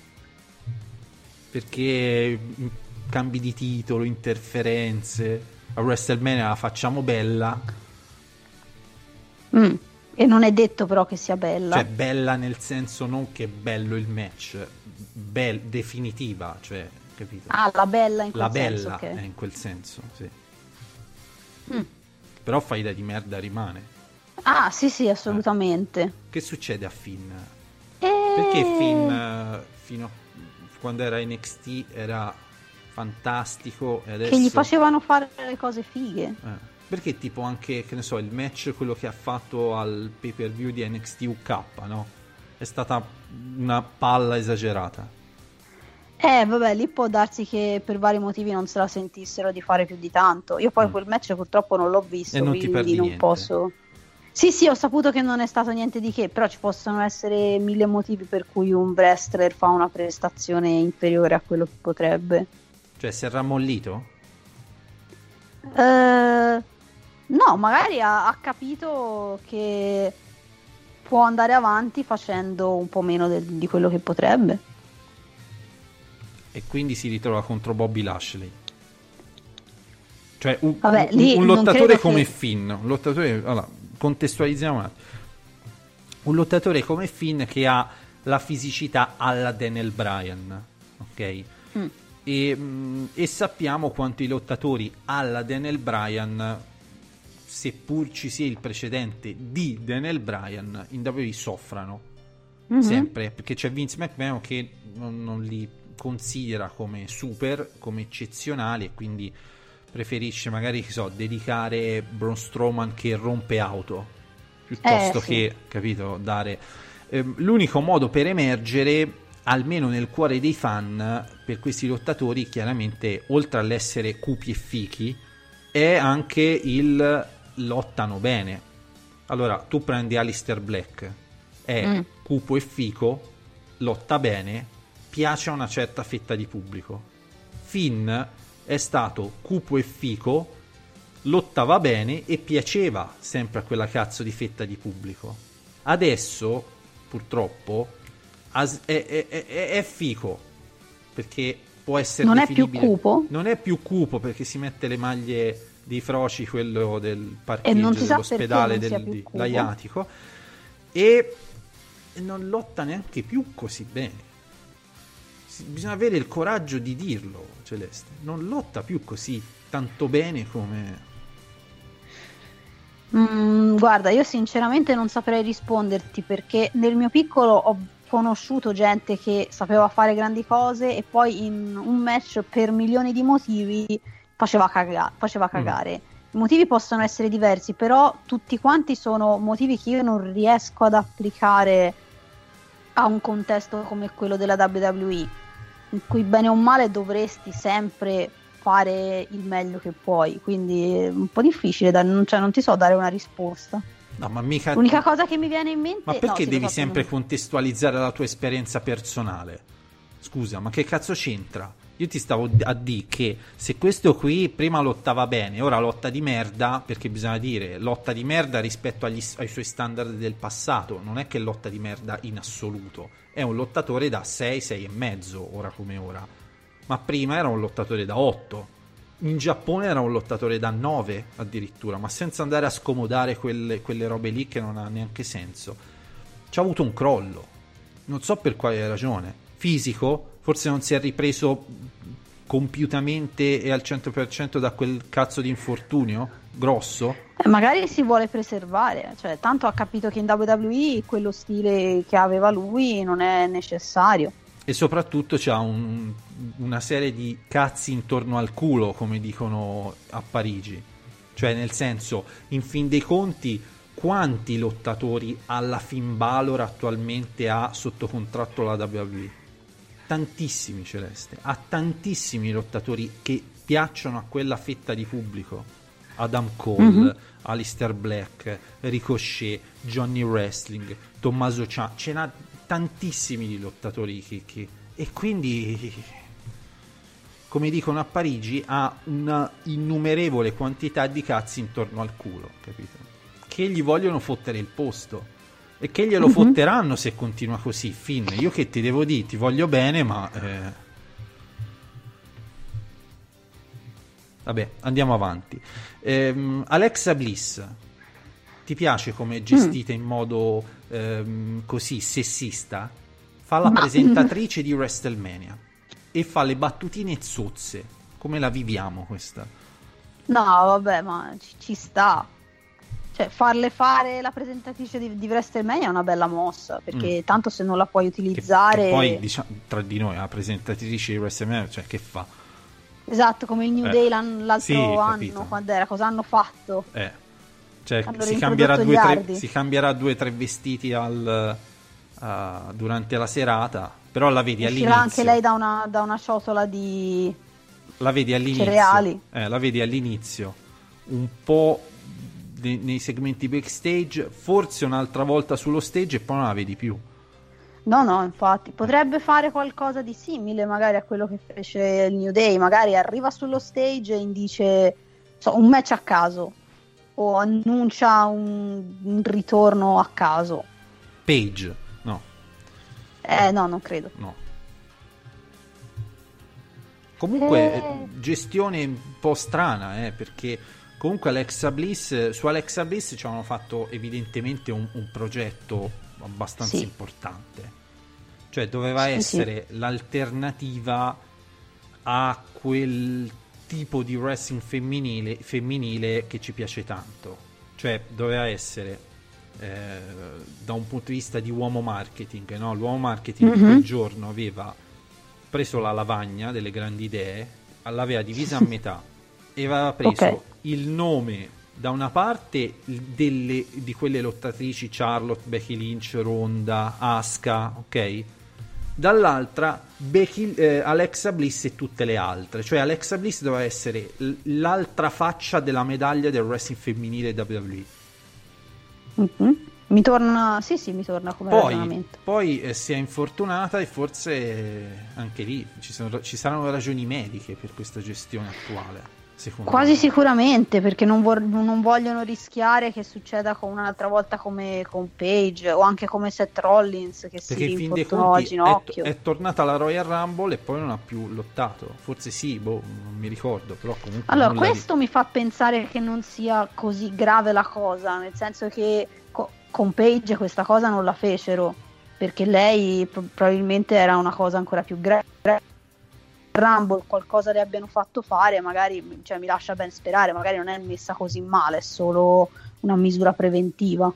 Perché mm, cambi di titolo, interferenze. A WrestleMania la facciamo bella. Mm. E non è detto però che sia bella. Cioè, bella nel senso non che è bello il match, bel- definitiva, cioè, capito? Ah, la bella in quel La senso, bella ok. è in quel senso, sì. Mm. Però faida di merda rimane. Ah, sì, sì, assolutamente. Che succede a Finn? E... Perché Finn eh, fino a quando era N X T era fantastico e adesso Che gli facevano fare le cose fighe. eh. Perché tipo anche, che ne so, il match quello che ha fatto al pay per view di N X T U K, no? È stata una palla esagerata. Eh, vabbè, lì può darsi che per vari motivi non se la sentissero di fare più di tanto. Io poi Mm. quel match purtroppo non l'ho visto, E non ti quindi perdi non niente. posso... Sì, sì, ho saputo che non è stato niente di che, però ci possono essere mille motivi per cui un wrestler fa una prestazione inferiore a quello che potrebbe. Cioè si è rammollito? Eh, no, magari ha, ha capito che può andare avanti facendo un po' meno del- di quello che potrebbe. E quindi si ritrova contro Bobby Lashley. Cioè un, Vabbè, un- lì un non lottatore credo come che- Finn, un lottatore, allora, contestualizziamo un attimo. Un lottatore come Finn che ha la fisicità alla Daniel Bryan, ok? Mm. E, mh, e sappiamo quanto i lottatori alla Daniel Bryan, seppur ci sia il precedente di Daniel Bryan, in W W E soffrano Mhm. sempre, perché c'è Vince McMahon che non, non li considera come super, come eccezionali, e quindi preferisce magari, che so, dedicare Braun Strowman che rompe auto piuttosto Eh, sì. che, capito, dare ehm, l'unico modo per emergere almeno nel cuore dei fan per questi lottatori, chiaramente, oltre all'essere cupi e fichi, è anche il lottano bene. Allora, tu prendi Aleister Black, è Mm. cupo e fico, lotta bene, piace a una certa fetta di pubblico. Finn è stato cupo e fico, lottava bene e piaceva sempre a quella cazzo di fetta di pubblico. Adesso, purtroppo, as- è, è- è- è fico, perché può essere Non è più definibile- cupo? Non è più cupo perché si mette le maglie dei froci, quello del E parcheggio non si sa dell'ospedale perché non sia del, più di- cupo. l'Aiatico, e non lotta neanche più così bene. Si- Bisogna avere il coraggio di dirlo, Celeste. Non lotta più così tanto bene come... Mm, guarda, io sinceramente non saprei risponderti, perché nel mio piccolo ho conosciuto gente che sapeva fare grandi cose e poi in un match per milioni di motivi faceva, caga- faceva cagare. Mm. I motivi possono essere diversi, però tutti quanti sono motivi che io non riesco ad applicare a un contesto come quello della W W E, in cui bene o male dovresti sempre fare il meglio che puoi, quindi è un po' difficile, da, non, cioè, non ti so dare una risposta. No, ma mica... L'unica cosa che mi viene in mente... Ma perché no, sì, devi so, sempre non... contestualizzare la tua esperienza personale? Scusa, ma che cazzo c'entra? Io ti stavo a dire che se questo qui prima lottava bene, ora lotta di merda, perché bisogna dire lotta di merda rispetto agli, ai suoi standard del passato, non è che lotta di merda in assoluto, è un lottatore da sei, sei e mezzo, ora come ora, ma prima era un lottatore da otto, in Giappone era un lottatore da nove addirittura, ma senza andare a scomodare quelle, quelle robe lì che non ha neanche senso. C'ha avuto un crollo, non so per quale ragione, fisico. Forse non si è ripreso compiutamente e al cento per cento da quel cazzo di infortunio grosso? Eh, magari si vuole preservare, cioè tanto ha capito che in W W E quello stile che aveva lui non è necessario. E soprattutto c'ha un, una serie di cazzi intorno al culo, come dicono a Parigi. Cioè, nel senso, in fin dei conti, quanti lottatori alla Finn Balor attualmente ha sotto contratto la W W E? Tantissimi, Celeste, ha tantissimi lottatori che piacciono a quella fetta di pubblico. Adam Cole, mm-hmm. Aleister Black, Ricochet, Johnny Wrestling, Tommaso Ciampa, ce n'ha tantissimi di lottatori che, che... e quindi, come dicono a Parigi, ha una innumerevole quantità di cazzi intorno al culo, capito? Che gli vogliono fottere il posto. E che glielo mm-hmm. fotteranno se continua così, Finn. Io che ti devo dire, ti voglio bene, ma... Eh... Vabbè, andiamo avanti. Ehm, Alexa Bliss, ti piace come è gestita mm. in modo ehm, così sessista? Fa la ma... presentatrice di WrestleMania e fa le battutine zozze. Come la viviamo questa? No, vabbè, ma ci, ci sta. Cioè, farle fare la presentatrice di, di WrestleMania è una bella mossa, perché mm. tanto se non la puoi utilizzare... Che, che poi, diciamo, tra di noi, la presentatrice di WrestleMania, cioè, che fa? Esatto, come il New eh. Day l'altro sì, anno, capito. Quando era, cosa hanno fatto? Eh. Cioè, hanno si cambierà, due, tre, si cambierà due o tre vestiti al, uh, durante la serata, però la vedi uscirà all'inizio. Anche lei da una, da una ciotola di la vedi all'inizio, cereali. Eh, la vedi all'inizio, un po' nei, nei segmenti backstage, forse un'altra volta sullo stage e poi non la vedi più. No, no, infatti, potrebbe fare qualcosa di simile magari a quello che fece il New Day, magari arriva sullo stage e indice so, un match a caso o annuncia un, un ritorno a caso. Page, no. Eh, no, non credo. No. Comunque, eh... gestione un po' strana, eh, perché comunque Alexa Bliss, su Alexa Bliss ci hanno fatto evidentemente un, un progetto abbastanza sì. importante, cioè doveva sì, essere sì. l'alternativa a quel tipo di wrestling femminile, femminile che ci piace tanto, cioè doveva essere eh, da un punto di vista di uomo marketing, no? L'uomo marketing mm-hmm. quel giorno aveva preso la lavagna delle grandi idee, l'aveva divisa a metà e aveva preso okay. il nome da una parte delle, di quelle lottatrici Charlotte, Becky Lynch, Ronda, Asuka, ok? Dall'altra Becky, eh, Alexa Bliss e tutte le altre, cioè Alexa Bliss doveva essere l- l'altra faccia della medaglia del wrestling femminile W W E. Mm-hmm. Mi torna, sì sì, mi torna come poi, ragionamento. Poi eh, si è infortunata e forse eh, anche lì ci, sono, ci saranno ragioni mediche per questa gestione attuale. Quasi me. Sicuramente, perché non, vor- non vogliono rischiare che succeda con un'altra volta come con Page o anche come Seth Rollins che perché si infortunò a ginocchio. È, è tornata alla Royal Rumble e poi non ha più lottato, forse sì, boh, non mi ricordo, però comunque allora questo di... mi fa pensare che non sia così grave la cosa, nel senso che co- con Page questa cosa non la fecero, perché lei pro- probabilmente era una cosa ancora più grave. Rumble qualcosa le abbiano fatto fare, magari, cioè, mi lascia ben sperare, magari non è messa così male, è solo una misura preventiva.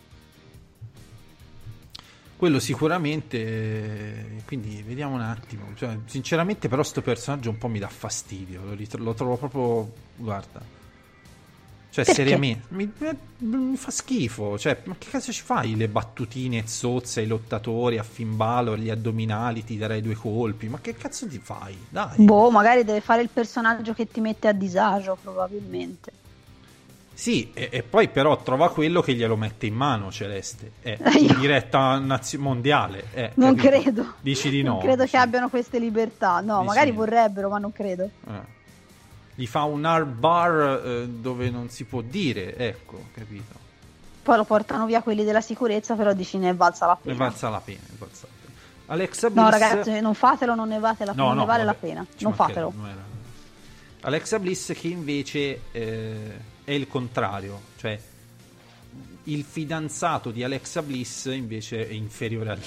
Quello sicuramente, quindi vediamo un attimo, cioè, sinceramente però sto personaggio un po' mi dà fastidio, lo, rit- lo trovo proprio, guarda, cioè Perché? seriamente, mi, mi fa schifo, cioè ma che cazzo ci fai le battutine zozze ai lottatori, a Finn Balor, gli addominali, ti darei due colpi, ma che cazzo ti fai, dai. Boh, magari deve fare il personaggio che ti mette a disagio, probabilmente. Sì, e, e poi però trova quello che glielo mette in mano Celeste, eh, Io- in diretta nazio- mondiale. Eh, Non capito? credo. Dici di no. Non credo dici- che abbiano queste libertà. No, Dici magari di no. vorrebbero, ma non credo. eh. Gli fa un hard bar eh, dove non si può dire, ecco, capito? Poi lo portano via quelli della sicurezza, però dici ne è valsa la Ne pena. valsa la pena. Ne valsa la pena. Alexa Bliss... No, ragazzi, non fatelo, non ne, vate la, No, non no, ne vale vabbè, la pena. ci Non mancherebbe, fatelo. non era- Alexa Bliss che invece eh, è il contrario, cioè il fidanzato di Alexa Bliss invece è inferiore a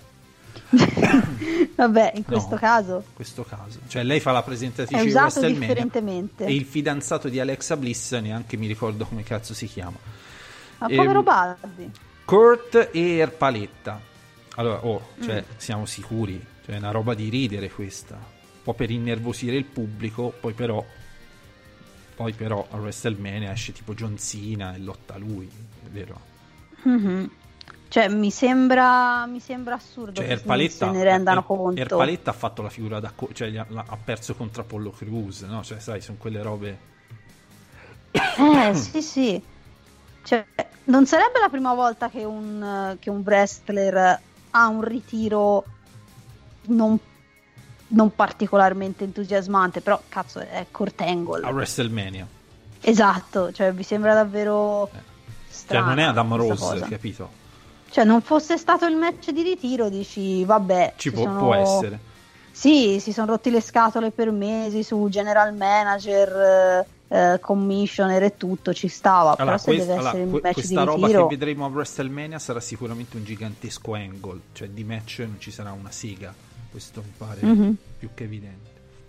lei. Vabbè, in questo No, caso in questo caso, cioè lei fa la presentatrice è di usato WrestleMania differentemente. e il fidanzato di Alexa Bliss neanche mi ricordo come cazzo si chiama. Ma Ehm, povero Baldi. Kurt e Erpaletta. Allora, oh, cioè, Mm. siamo sicuri, cioè è una roba di ridere questa, un po' per innervosire il pubblico, poi però poi però a WrestleMania esce tipo John Cena e lotta lui, è vero? Mhm. Cioè, mi sembra, mi sembra assurdo Cioè che Erpaletta, se ne rendano Er- conto. Erpaletta ha fatto la figura da co- cioè gli ha, ha perso contro Apollo Crews, no? Cioè, sai, sono quelle robe. Eh, sì, sì. Cioè, non sarebbe la prima volta che un, eh, che un wrestler ha un ritiro non, non particolarmente entusiasmante, però cazzo è Kurt Angle. A WrestleMania. Esatto, cioè mi sembra davvero Cioè, strana non è Adam questa Rose, cosa. capito? Cioè, non fosse stato il match di ritiro, dici, vabbè, Ci si può, sono- può essere. Sì, si sono rotti le scatole per mesi su general manager, eh, eh, commissioner e tutto, ci stava. Allora, Però se quest- deve allora, essere un que- match di questa roba ritiro, che vedremo a WrestleMania sarà sicuramente un gigantesco angle, cioè di match non ci sarà una sega, questo mi pare Mhm. più che evidente.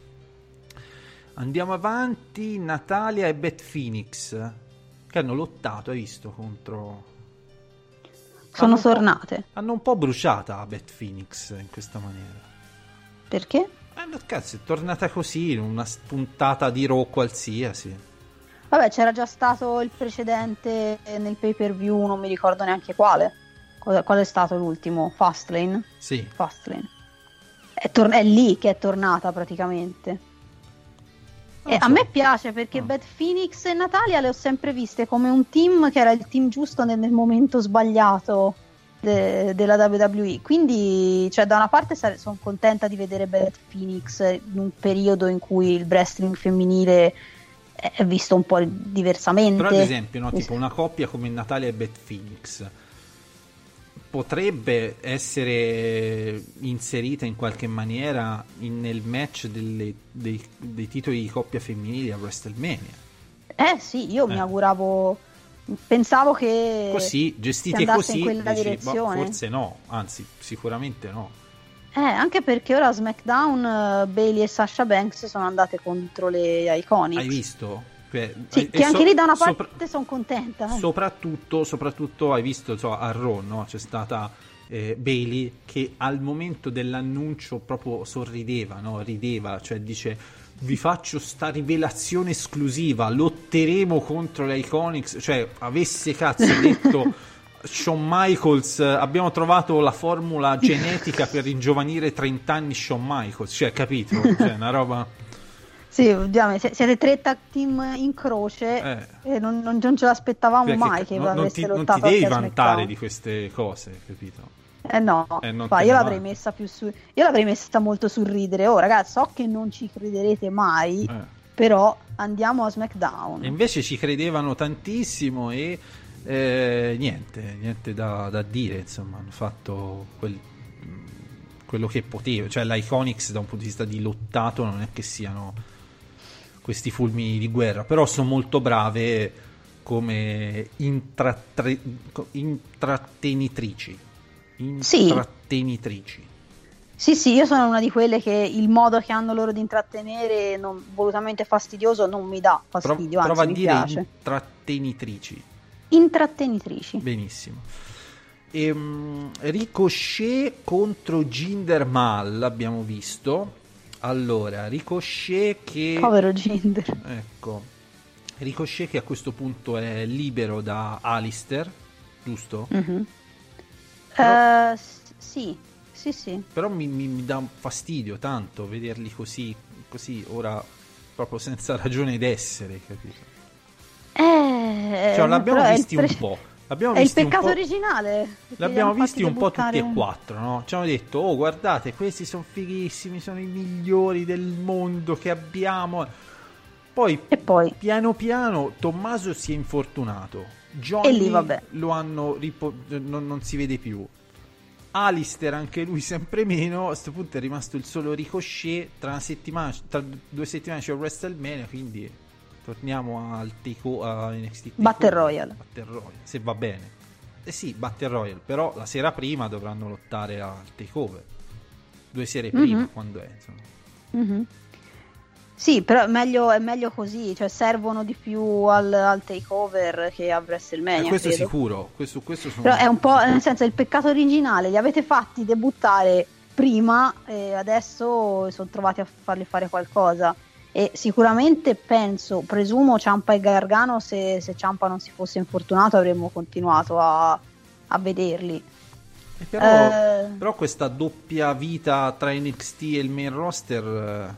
Andiamo avanti, Natalia e Beth Phoenix che hanno lottato, hai visto, contro... sono hanno un po'- tornate. hanno un po' bruciata Beth Phoenix in questa maniera. Perché? Eh, no, cazzo, è tornata così, in una spuntata di Raw qualsiasi. Vabbè, c'era già stato il precedente nel pay per view, non mi ricordo neanche quale. Cosa- Qual è stato l'ultimo? Fastlane? Sì, Fastlane. È, tor- è lì che è tornata praticamente. Non E so. a me piace perché No. Beth Phoenix e Natalia le ho sempre viste come un team che era il team giusto nel, nel momento sbagliato de- della W W E. Quindi, cioè, da una parte sare- sono contenta di vedere Beth Phoenix in un periodo in cui il wrestling femminile è è visto un po' diversamente. però ad esempio, no, tipo una coppia come Natalia e Beth Phoenix potrebbe essere inserita in qualche maniera in- nel match delle- dei, dei titoli di coppia femminili a WrestleMania. Eh sì, io mi Eh. auguravo, pensavo che Così, gestite si andasse così, in quella dici, boh, direzione. forse no, anzi, sicuramente no. Eh, anche perché ora a SmackDown eh, Bayley e Sasha Banks sono andate contro le Iconics. Hai visto? Cioè, Sì, e che anche so- lì da una sopra- parte sono contenta. eh. soprattutto, soprattutto hai visto, so, a Raw, no? C'è stata eh, Bailey che al momento dell'annuncio proprio sorrideva, no? Rideva, cioè dice: vi faccio sta rivelazione esclusiva, lotteremo contro le Iconics, cioè avesse cazzo detto Shawn Michaels, eh, abbiamo trovato la formula genetica per ringiovanire trenta anni Shawn Michaels, cioè capito? Cioè una roba... Sì, ovviamente, si- siete tre tag team in croce Eh. e non, non- non ce l'aspettavamo Perché mai che non, non aveste ti, non lottato ti devi anche a vantare SmackDown. di queste cose, capito? Eh no, Eh, non fa, te io ne l'avrei vanti. messa più su. Io l'avrei messa molto sul ridere. Oh, ragazzi, so che non ci crederete mai, Eh. però andiamo a SmackDown. E invece ci credevano tantissimo e eh, niente, niente da, da dire, insomma, hanno fatto quel- quello che poteva, cioè l'Iconics da un punto di vista di lottato non è che siano questi fulmini di guerra, però sono molto brave come intrattre- intrattenitrici. Sì. Intrattenitrici. Sì, sì, io sono una di quelle che il modo che hanno loro di intrattenere, non, volutamente fastidioso, non mi dà Pro- fastidio, prova anzi a mi dire piace. intrattenitrici. intrattenitrici. Benissimo. Ehm, Ricochet contro Jinder Mahal abbiamo visto. Allora, Ricochet che... Povero Jinder. Ecco. Ricochet che a questo punto è libero da Alistair, giusto? Mm-hmm. Però... Uh, sì, sì, sì. Però mi, mi, mi dà fastidio tanto vederli così, così ora, proprio senza ragione d'essere, capito? Eh, cioè, l'abbiamo visti pre... un po'. L'abbiamo è visti il peccato un po'... originale. L'abbiamo visti un debuttare... po' tutti e quattro, no? Ci hanno detto, oh guardate, questi sono fighissimi, sono i migliori del mondo che abbiamo. Poi, e poi piano piano, Tommaso si è infortunato. Johnny e lì, vabbè. lo hanno ripo- non, non si vede più. Alistair anche lui sempre meno. A questo punto è rimasto il solo Ricochet. Tra una settimana, tra due settimane c'è il WrestleMania, quindi torniamo al take a N X T Battle Royale. Battle Royale, se va bene. Eh sì, Battle Royale, però la sera prima dovranno lottare al takeover. Due sere mm-hmm. prima, quando è, insomma. Mm-hmm. Sì, però è meglio, è meglio così, cioè servono di più al, al takeover che a WrestleMania. Eh, questo credo. Sicuro, questo, questo sono... Però è un po', nel senso, il peccato originale, li avete fatti debuttare prima e adesso sono trovati a farli fare qualcosa. E sicuramente penso, presumo Ciampa e Gargano, se, se Ciampa non si fosse infortunato avremmo continuato a, a vederli. Eh, però, eh... però questa doppia vita tra N X T e il main roster...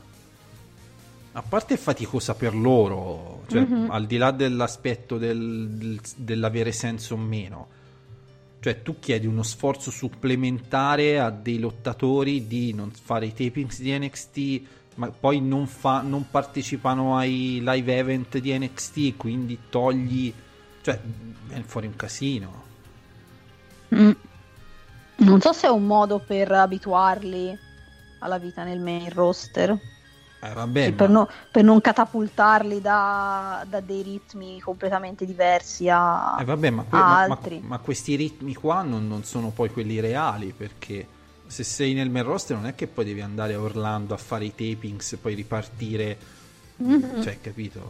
A parte è faticosa per loro, cioè mm-hmm. al di là dell'aspetto del, del, dell'avere senso o meno, cioè tu chiedi uno sforzo supplementare a dei lottatori di non fare i tapings di N X T, ma poi non, fa, non partecipano ai live event di N X T, quindi togli, cioè è fuori un casino. Mm. Non so se è un modo per abituarli alla vita nel main roster. Eh, vabbè, sì, ma... per, no, per non catapultarli da, da dei ritmi completamente diversi a, eh, vabbè, ma, que- a ma, altri. Ma, ma questi ritmi qua non, non sono poi quelli reali, perché se sei nel main roster non è che poi devi andare a Orlando a fare i tapings e poi ripartire, mm-hmm. cioè, capito?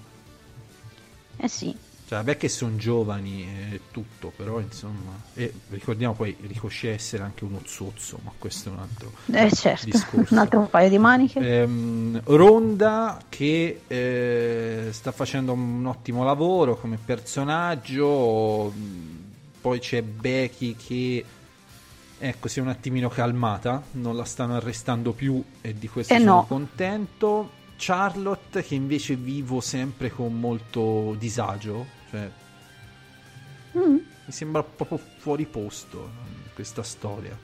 Eh sì. Cioè, vabbè che sono giovani e tutto, però insomma, e ricordiamo poi Ricochet essere anche uno zozzo, ma questo è un altro eh certo, discorso. Un altro paio di maniche. Ehm, Ronda che eh, sta facendo un ottimo lavoro come personaggio, poi c'è Becky che ecco si è un attimino calmata, non la stanno arrestando più e di questo eh sono no. contento. Charlotte che invece vivo sempre con molto disagio, cioè mm. mi sembra proprio fuori posto questa storia.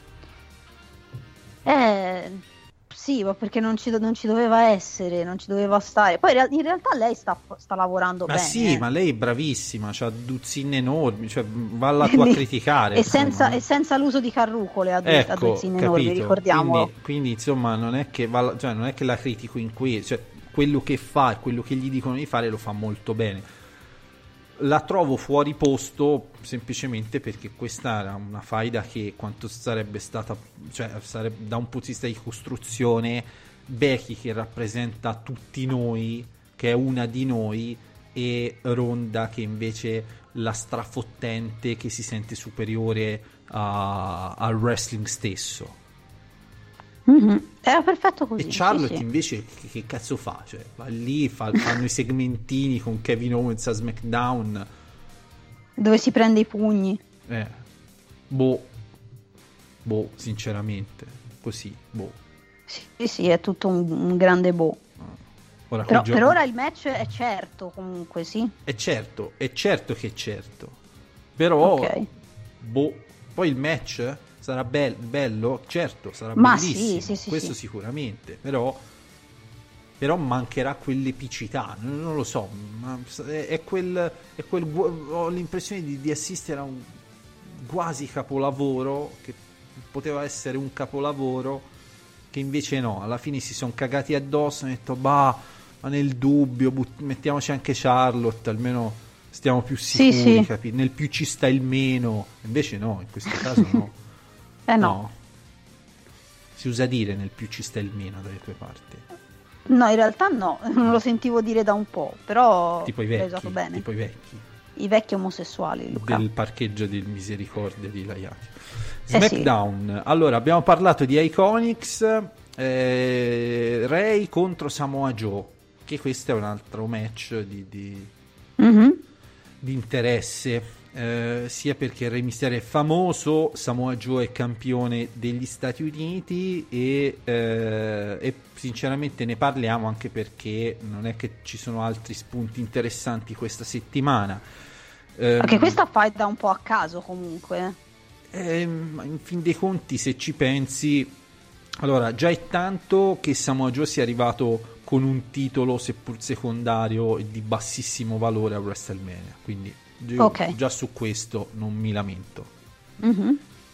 Eh sì, ma perché non ci, non ci doveva essere, non ci doveva stare. Poi in realtà lei sta, sta lavorando ma bene. Ma sì, eh. ma lei è bravissima, c'ha duzzine enormi, cioè valla tu a criticare. E senza, e senza l'uso di carrucole a, ecco, a duzzine enormi, ricordiamolo. Quindi, quindi insomma non è che va, cioè, non è che la critico in qui, cioè quello che fa e quello che gli dicono di fare lo fa molto bene. La trovo fuori posto semplicemente perché questa era una faida che quanto sarebbe stata, cioè sarebbe, da un punto di vista di costruzione, Becky che rappresenta tutti noi, che è una di noi, e Ronda che invece la strafottente che si sente superiore a, al wrestling stesso. Mm-hmm. Era perfetto così. E Charlotte sì, sì. invece che, che cazzo fa? Cioè, va lì, fa, fanno i segmentini con Kevin Owens a SmackDown dove si prende i pugni. Eh, boh, boh, sinceramente, così, boh. Sì, sì, è tutto un, un grande boh. Ora, Però gioco... per ora il match è certo, comunque, sì. È certo, è certo che è certo. Però, okay. boh, poi il match sarà be- bello, certo, sarà Ma bellissimo, sì, sì, sì, questo sì. sicuramente, però... però mancherà quell'epicità, non, non lo so, ma è, è quel, è quel ho l'impressione di, di assistere a un quasi capolavoro che poteva essere un capolavoro che invece no, alla fine si sono cagati addosso e hanno detto bah, ma nel dubbio but- mettiamoci anche Charlotte, almeno stiamo più sicuri, sì, sì. Capi? Nel più ci sta il meno, invece no, in questo caso no. eh no. no si usa dire nel più ci sta il meno dalle tue parti. No, in realtà no, non lo sentivo dire da un po', però tipo i l'hai vecchi, usato bene. tipo i vecchi. i vecchi omosessuali, Luca. Del parcheggio del Misericordia di Laiati. Eh SmackDown. Sì. Allora, abbiamo parlato di Iconics, eh, Rey contro Samoa Joe, che questo è un altro match di, di, mm-hmm. di interesse. Eh, sia perché Re Mysterio è famoso, Samoa Joe è campione degli Stati Uniti e, eh, e sinceramente ne parliamo anche perché non è che ci sono altri spunti interessanti questa settimana. Eh, anche questa fight da un po' a caso comunque. Eh, in fin dei conti, se ci pensi, allora già è tanto che Samoa Joe sia arrivato con un titolo seppur secondario e di bassissimo valore a WrestleMania, quindi io okay. già su questo non mi lamento. Mm-hmm.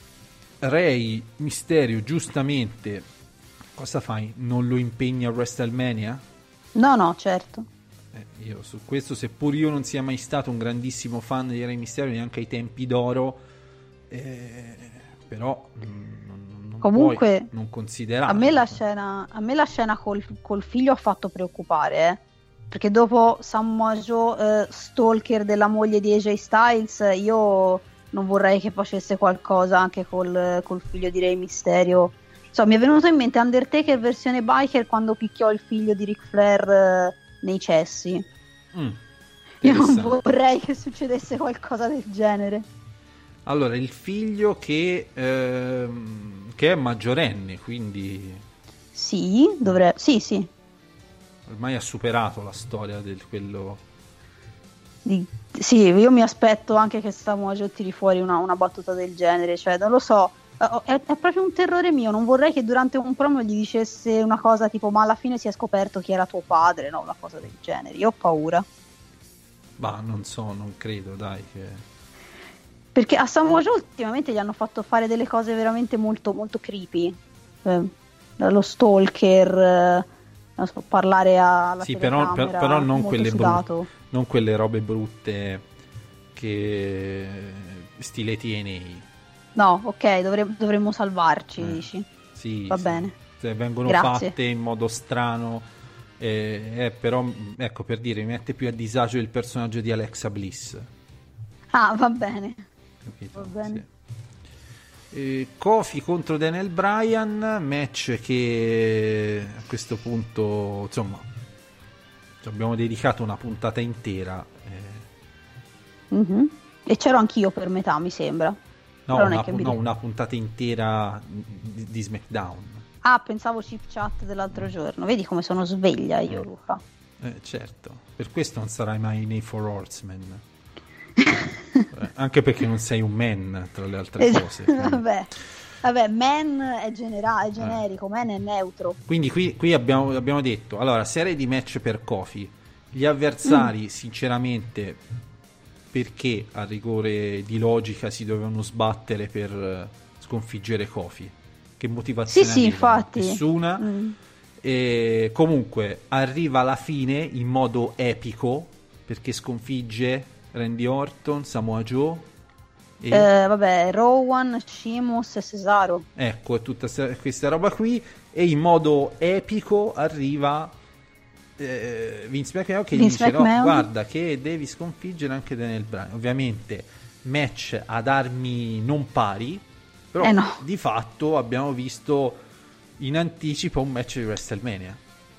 Rey Mysterio giustamente cosa fai? Non lo impegni a WrestleMania? No, no, certo. Eh, io su questo, seppur io non sia mai stato un grandissimo fan di Rey Mysterio neanche ai tempi d'oro, eh, però non, non comunque puoi non considerare. A me la scena, a me la scena col, col figlio ha fatto preoccupare, eh. Perché dopo Samoa Joe, eh, stalker della moglie di A J Styles, io non vorrei che facesse qualcosa anche col, col figlio di Rey Mysterio. So, mi è venuto in mente Undertaker versione biker quando picchiò il figlio di Ric Flair eh, nei cessi. Mm, io non vorrei che succedesse qualcosa del genere. Allora, il figlio che, ehm, che è maggiorenne, quindi... Sì, dovrebbe... Sì, sì. Ormai ha superato la storia del quello... Di... Sì, io mi aspetto anche che Samoa Joe tiri fuori una, una battuta del genere, cioè non lo so, è, è proprio un terrore mio, non vorrei che durante un promo gli dicesse una cosa tipo ma alla fine si è scoperto chi era tuo padre, no, una cosa del genere, io ho paura. Ma non so, non credo, dai, che... Perché a Samoa Joe ultimamente gli hanno fatto fare delle cose veramente molto, molto creepy, eh, lo stalker... Eh, non so, parlare alla sì, però, per, però non, quelle bru- non quelle robe brutte che stile T N A. No, ok, dovre- dovremmo salvarci, eh, dici? Sì, va sì. bene. Se vengono Grazie. fatte in modo strano, eh, eh, però ecco, per dire, mi mette più a disagio il personaggio di Alexa Bliss. Ah, va bene. Capito? Va bene. Sì. Eh, Kofi contro Daniel Bryan, match che a questo punto insomma ci abbiamo dedicato una puntata intera, eh. Mm-hmm. E c'ero anch'io per metà, mi sembra. No, Però una, non è che mi... no una puntata intera di, di SmackDown. Ah, pensavo chip chat dell'altro giorno. Vedi come sono sveglia io, Luca. Eh, certo, per questo non sarai mai nei Four Horsemen. eh, anche perché non sei un man, tra le altre es- cose. Vabbè. Vabbè, man è, genera- è generico, eh. man è neutro. Quindi qui, qui abbiamo, abbiamo detto, allora, serie di match per Kofi. Gli avversari, mm. sinceramente, perché a rigore di logica si dovevano sbattere per sconfiggere Kofi? Che motivazione sì, sì, infatti. Nessuna. Mm. E comunque arriva alla fine in modo epico perché sconfigge Randy Orton, Samoa Joe e... eh, vabbè, Rowan, Sheamus e Cesaro. Ecco, tutta questa roba qui, e in modo epico arriva eh, Vince McMahon che Vince gli dice McMahon. No, guarda che devi sconfiggere anche Daniel Bryan. Ovviamente match ad armi non pari, però eh no. di fatto abbiamo visto in anticipo un match di WrestleMania.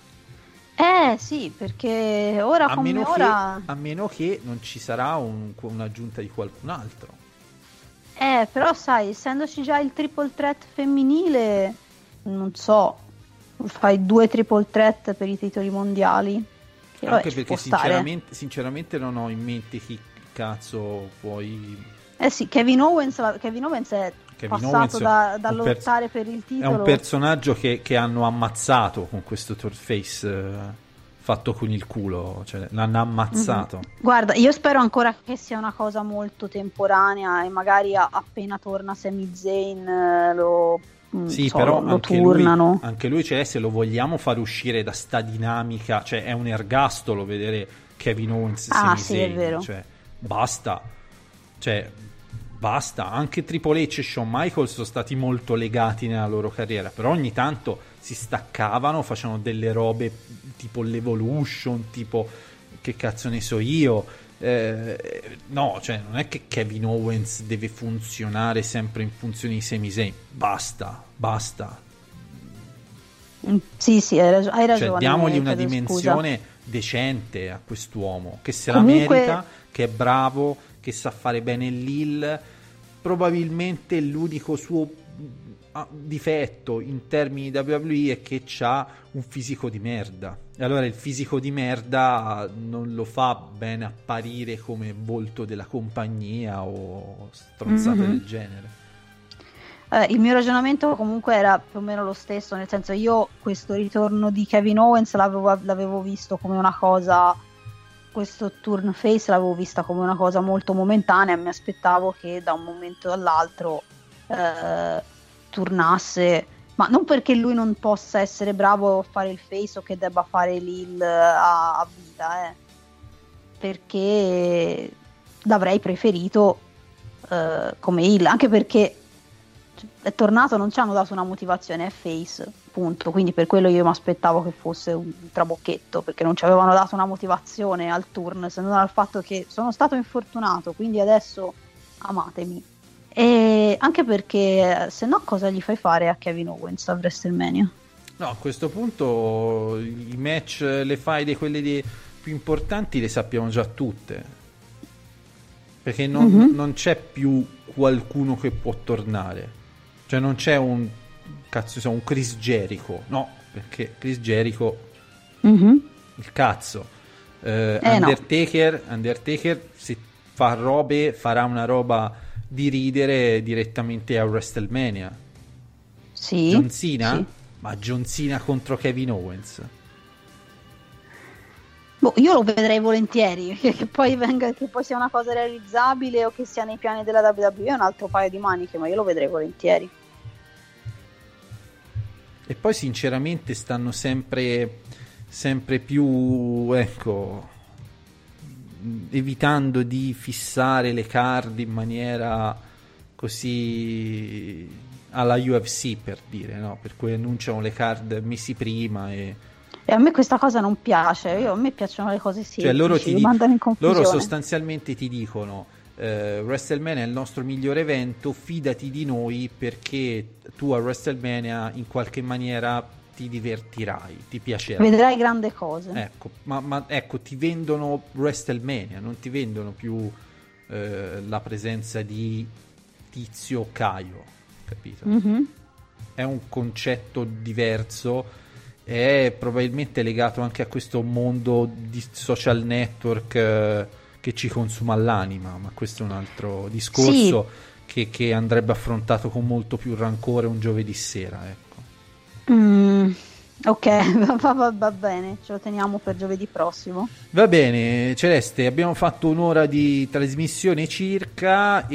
Eh sì, perché ora a come meno ora... Che, a meno che non ci sarà un, un'aggiunta di qualcun altro. Eh, però sai, essendoci già il triple threat femminile, non so, fai due triple threat per i titoli mondiali. Che, Anche vabbè, perché sinceramente, sinceramente non ho in mente chi cazzo puoi... Eh sì, Kevin Owens, Kevin Owens è Kevin passato Owens da, da per- lottare per il titolo. È un personaggio che, che hanno ammazzato con questo turf face eh, fatto con il culo, cioè l'hanno ammazzato. Mm-hmm. Guarda, io spero ancora che sia una cosa molto temporanea e magari a, appena torna Sami Zayn eh, lo, sì, so, però lo anche turnano. Lui, anche lui, cioè, se lo vogliamo far uscire da sta dinamica, cioè è un ergastolo vedere Kevin Owens e ah, Sami sì, Zayn, è vero. cioè basta, cioè basta. Anche Triple H e Shawn Michaels sono stati molto legati nella loro carriera, però ogni tanto si staccavano, facevano delle robe tipo l'Evolution, tipo che cazzo ne so io, eh, no, cioè non è che Kevin Owens deve funzionare sempre in funzione di Sami Zayn, basta, basta. Mm, sì, sì, hai, rag- hai ragione. Cioè, diamogli una chiedo dimensione scusa. decente a quest'uomo, che se Comunque- la merita, che è bravo, che sa fare bene l'Hill. Probabilmente l'unico suo ah, difetto in termini di W W E è che c'ha un fisico di merda. E allora il fisico di merda non lo fa bene apparire come volto della compagnia o stronzate Mhm. del genere. Eh, il mio ragionamento comunque era più o meno lo stesso, nel senso, io questo ritorno di Kevin Owens l'avevo, l'avevo visto come una cosa, questo turn face l'avevo vista come una cosa molto momentanea, mi aspettavo che da un momento all'altro eh, turnasse, ma non perché lui non possa essere bravo a fare il face o che debba fare l'heal a, a vita, eh, perché l'avrei preferito eh, come heal, anche perché è tornato, non ci hanno dato una motivazione, è face, punto, quindi per quello io mi aspettavo che fosse un trabocchetto, perché non ci avevano dato una motivazione al turn, se non al fatto che sono stato infortunato, quindi adesso amatemi. E anche perché se no cosa gli fai fare a Kevin Owens a WrestleMania? No, a questo punto i match, le faide, quelle di- più importanti le sappiamo già tutte, perché non, Mhm. non c'è più qualcuno che può tornare, cioè non c'è un cazzo, so, un Chris Jericho, no, perché Chris Jericho Mhm. il cazzo. Eh, Eh, no. Undertaker, Undertaker se fa robe farà una roba di ridere direttamente a WrestleMania. Sì, John Cena? sì. Ma John Cena contro Kevin Owens? Boh, io lo vedrei volentieri, che, che poi venga, che poi sia una cosa realizzabile o che sia nei piani della W W E è un altro paio di maniche, ma io lo vedrei volentieri. E poi sinceramente stanno sempre sempre più, ecco, evitando di fissare le card in maniera così alla U F C, per dire, no? Per cui annunciano le card mesi prima e E a me questa cosa non piace, io, a me piacciono le cose semplici, cioè loro, ti mi di- mandano in confusione. loro sostanzialmente ti dicono eh, WrestleMania è il nostro migliore evento, fidati di noi perché tu a WrestleMania in qualche maniera ti divertirai, ti piacerà. Vedrai grandi cose. Ecco, ma, ma ecco, ti vendono WrestleMania, non ti vendono più eh, la presenza di Tizio o Caio, capito? Mhm. È un concetto diverso, è probabilmente legato anche a questo mondo di social network eh, che ci consuma l'anima, ma questo è un altro discorso che, che andrebbe affrontato con molto più rancore un giovedì sera, ecco. Mm, ok, va, va- va bene, ce lo teniamo per giovedì prossimo. Va bene, Celeste, abbiamo fatto un'ora di trasmissione circa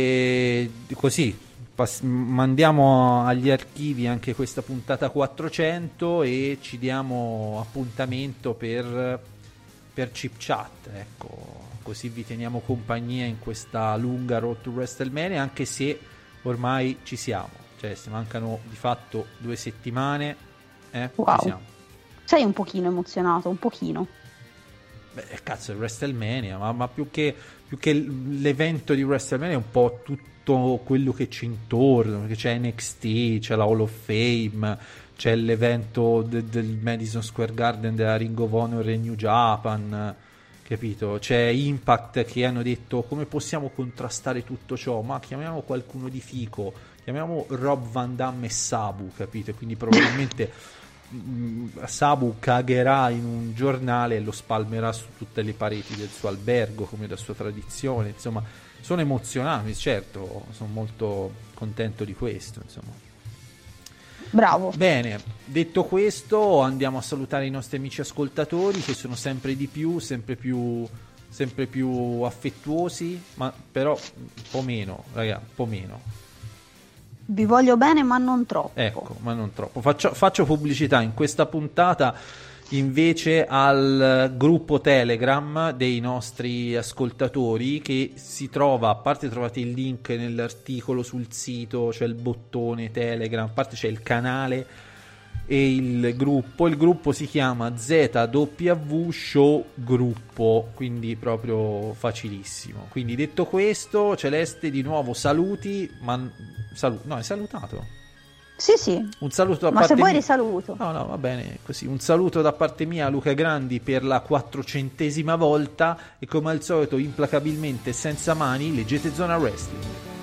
e così pass- mandiamo agli archivi anche questa puntata quattrocento e ci diamo appuntamento per, per Chip Chat, ecco, così vi teniamo compagnia in questa lunga Road to WrestleMania, anche se ormai ci siamo, cioè se mancano di fatto due settimane, eh, Wow. ci siamo. Sei un pochino emozionato, un pochino. Beh, cazzo, è WrestleMania, ma, ma più che, più che l'evento di WrestleMania è un po' tutto quello che c'è intorno, perché c'è N X T, c'è la Hall of Fame, c'è l'evento de- del Madison Square Garden della Ring of Honor e New Japan, capito? C'è Impact che hanno detto come possiamo contrastare tutto ciò, ma chiamiamo qualcuno di fico, chiamiamo Rob Van Damme e Sabu, capito? Quindi probabilmente mh, Sabu cagherà in un giornale e lo spalmerà su tutte le pareti del suo albergo come da sua tradizione, insomma sono emozionati, certo, sono molto contento di questo, insomma. Bravo. Bene, detto questo andiamo a salutare i nostri amici ascoltatori che sono sempre di più, sempre più sempre più affettuosi, ma però un po' meno, raga, un po' meno. Vi voglio bene, ma non troppo. Ecco, ma non troppo. Faccio, faccio pubblicità in questa puntata invece al gruppo Telegram dei nostri ascoltatori che si trova, a parte trovate il link nell'articolo sul sito, c'è il bottone Telegram, a parte c'è il canale e il gruppo, il gruppo si chiama Z W Show Gruppo, quindi proprio facilissimo. Quindi detto questo, Celeste, di nuovo saluti, ma salu- no, hai salutato? Sì, sì. Un saluto da ma parte se vuoi mia. risaluto. No, no, va bene così. Un saluto da parte mia a Luca Grandi per la quattrocentesima volta e come al solito implacabilmente senza mani leggete Zona Wrestling.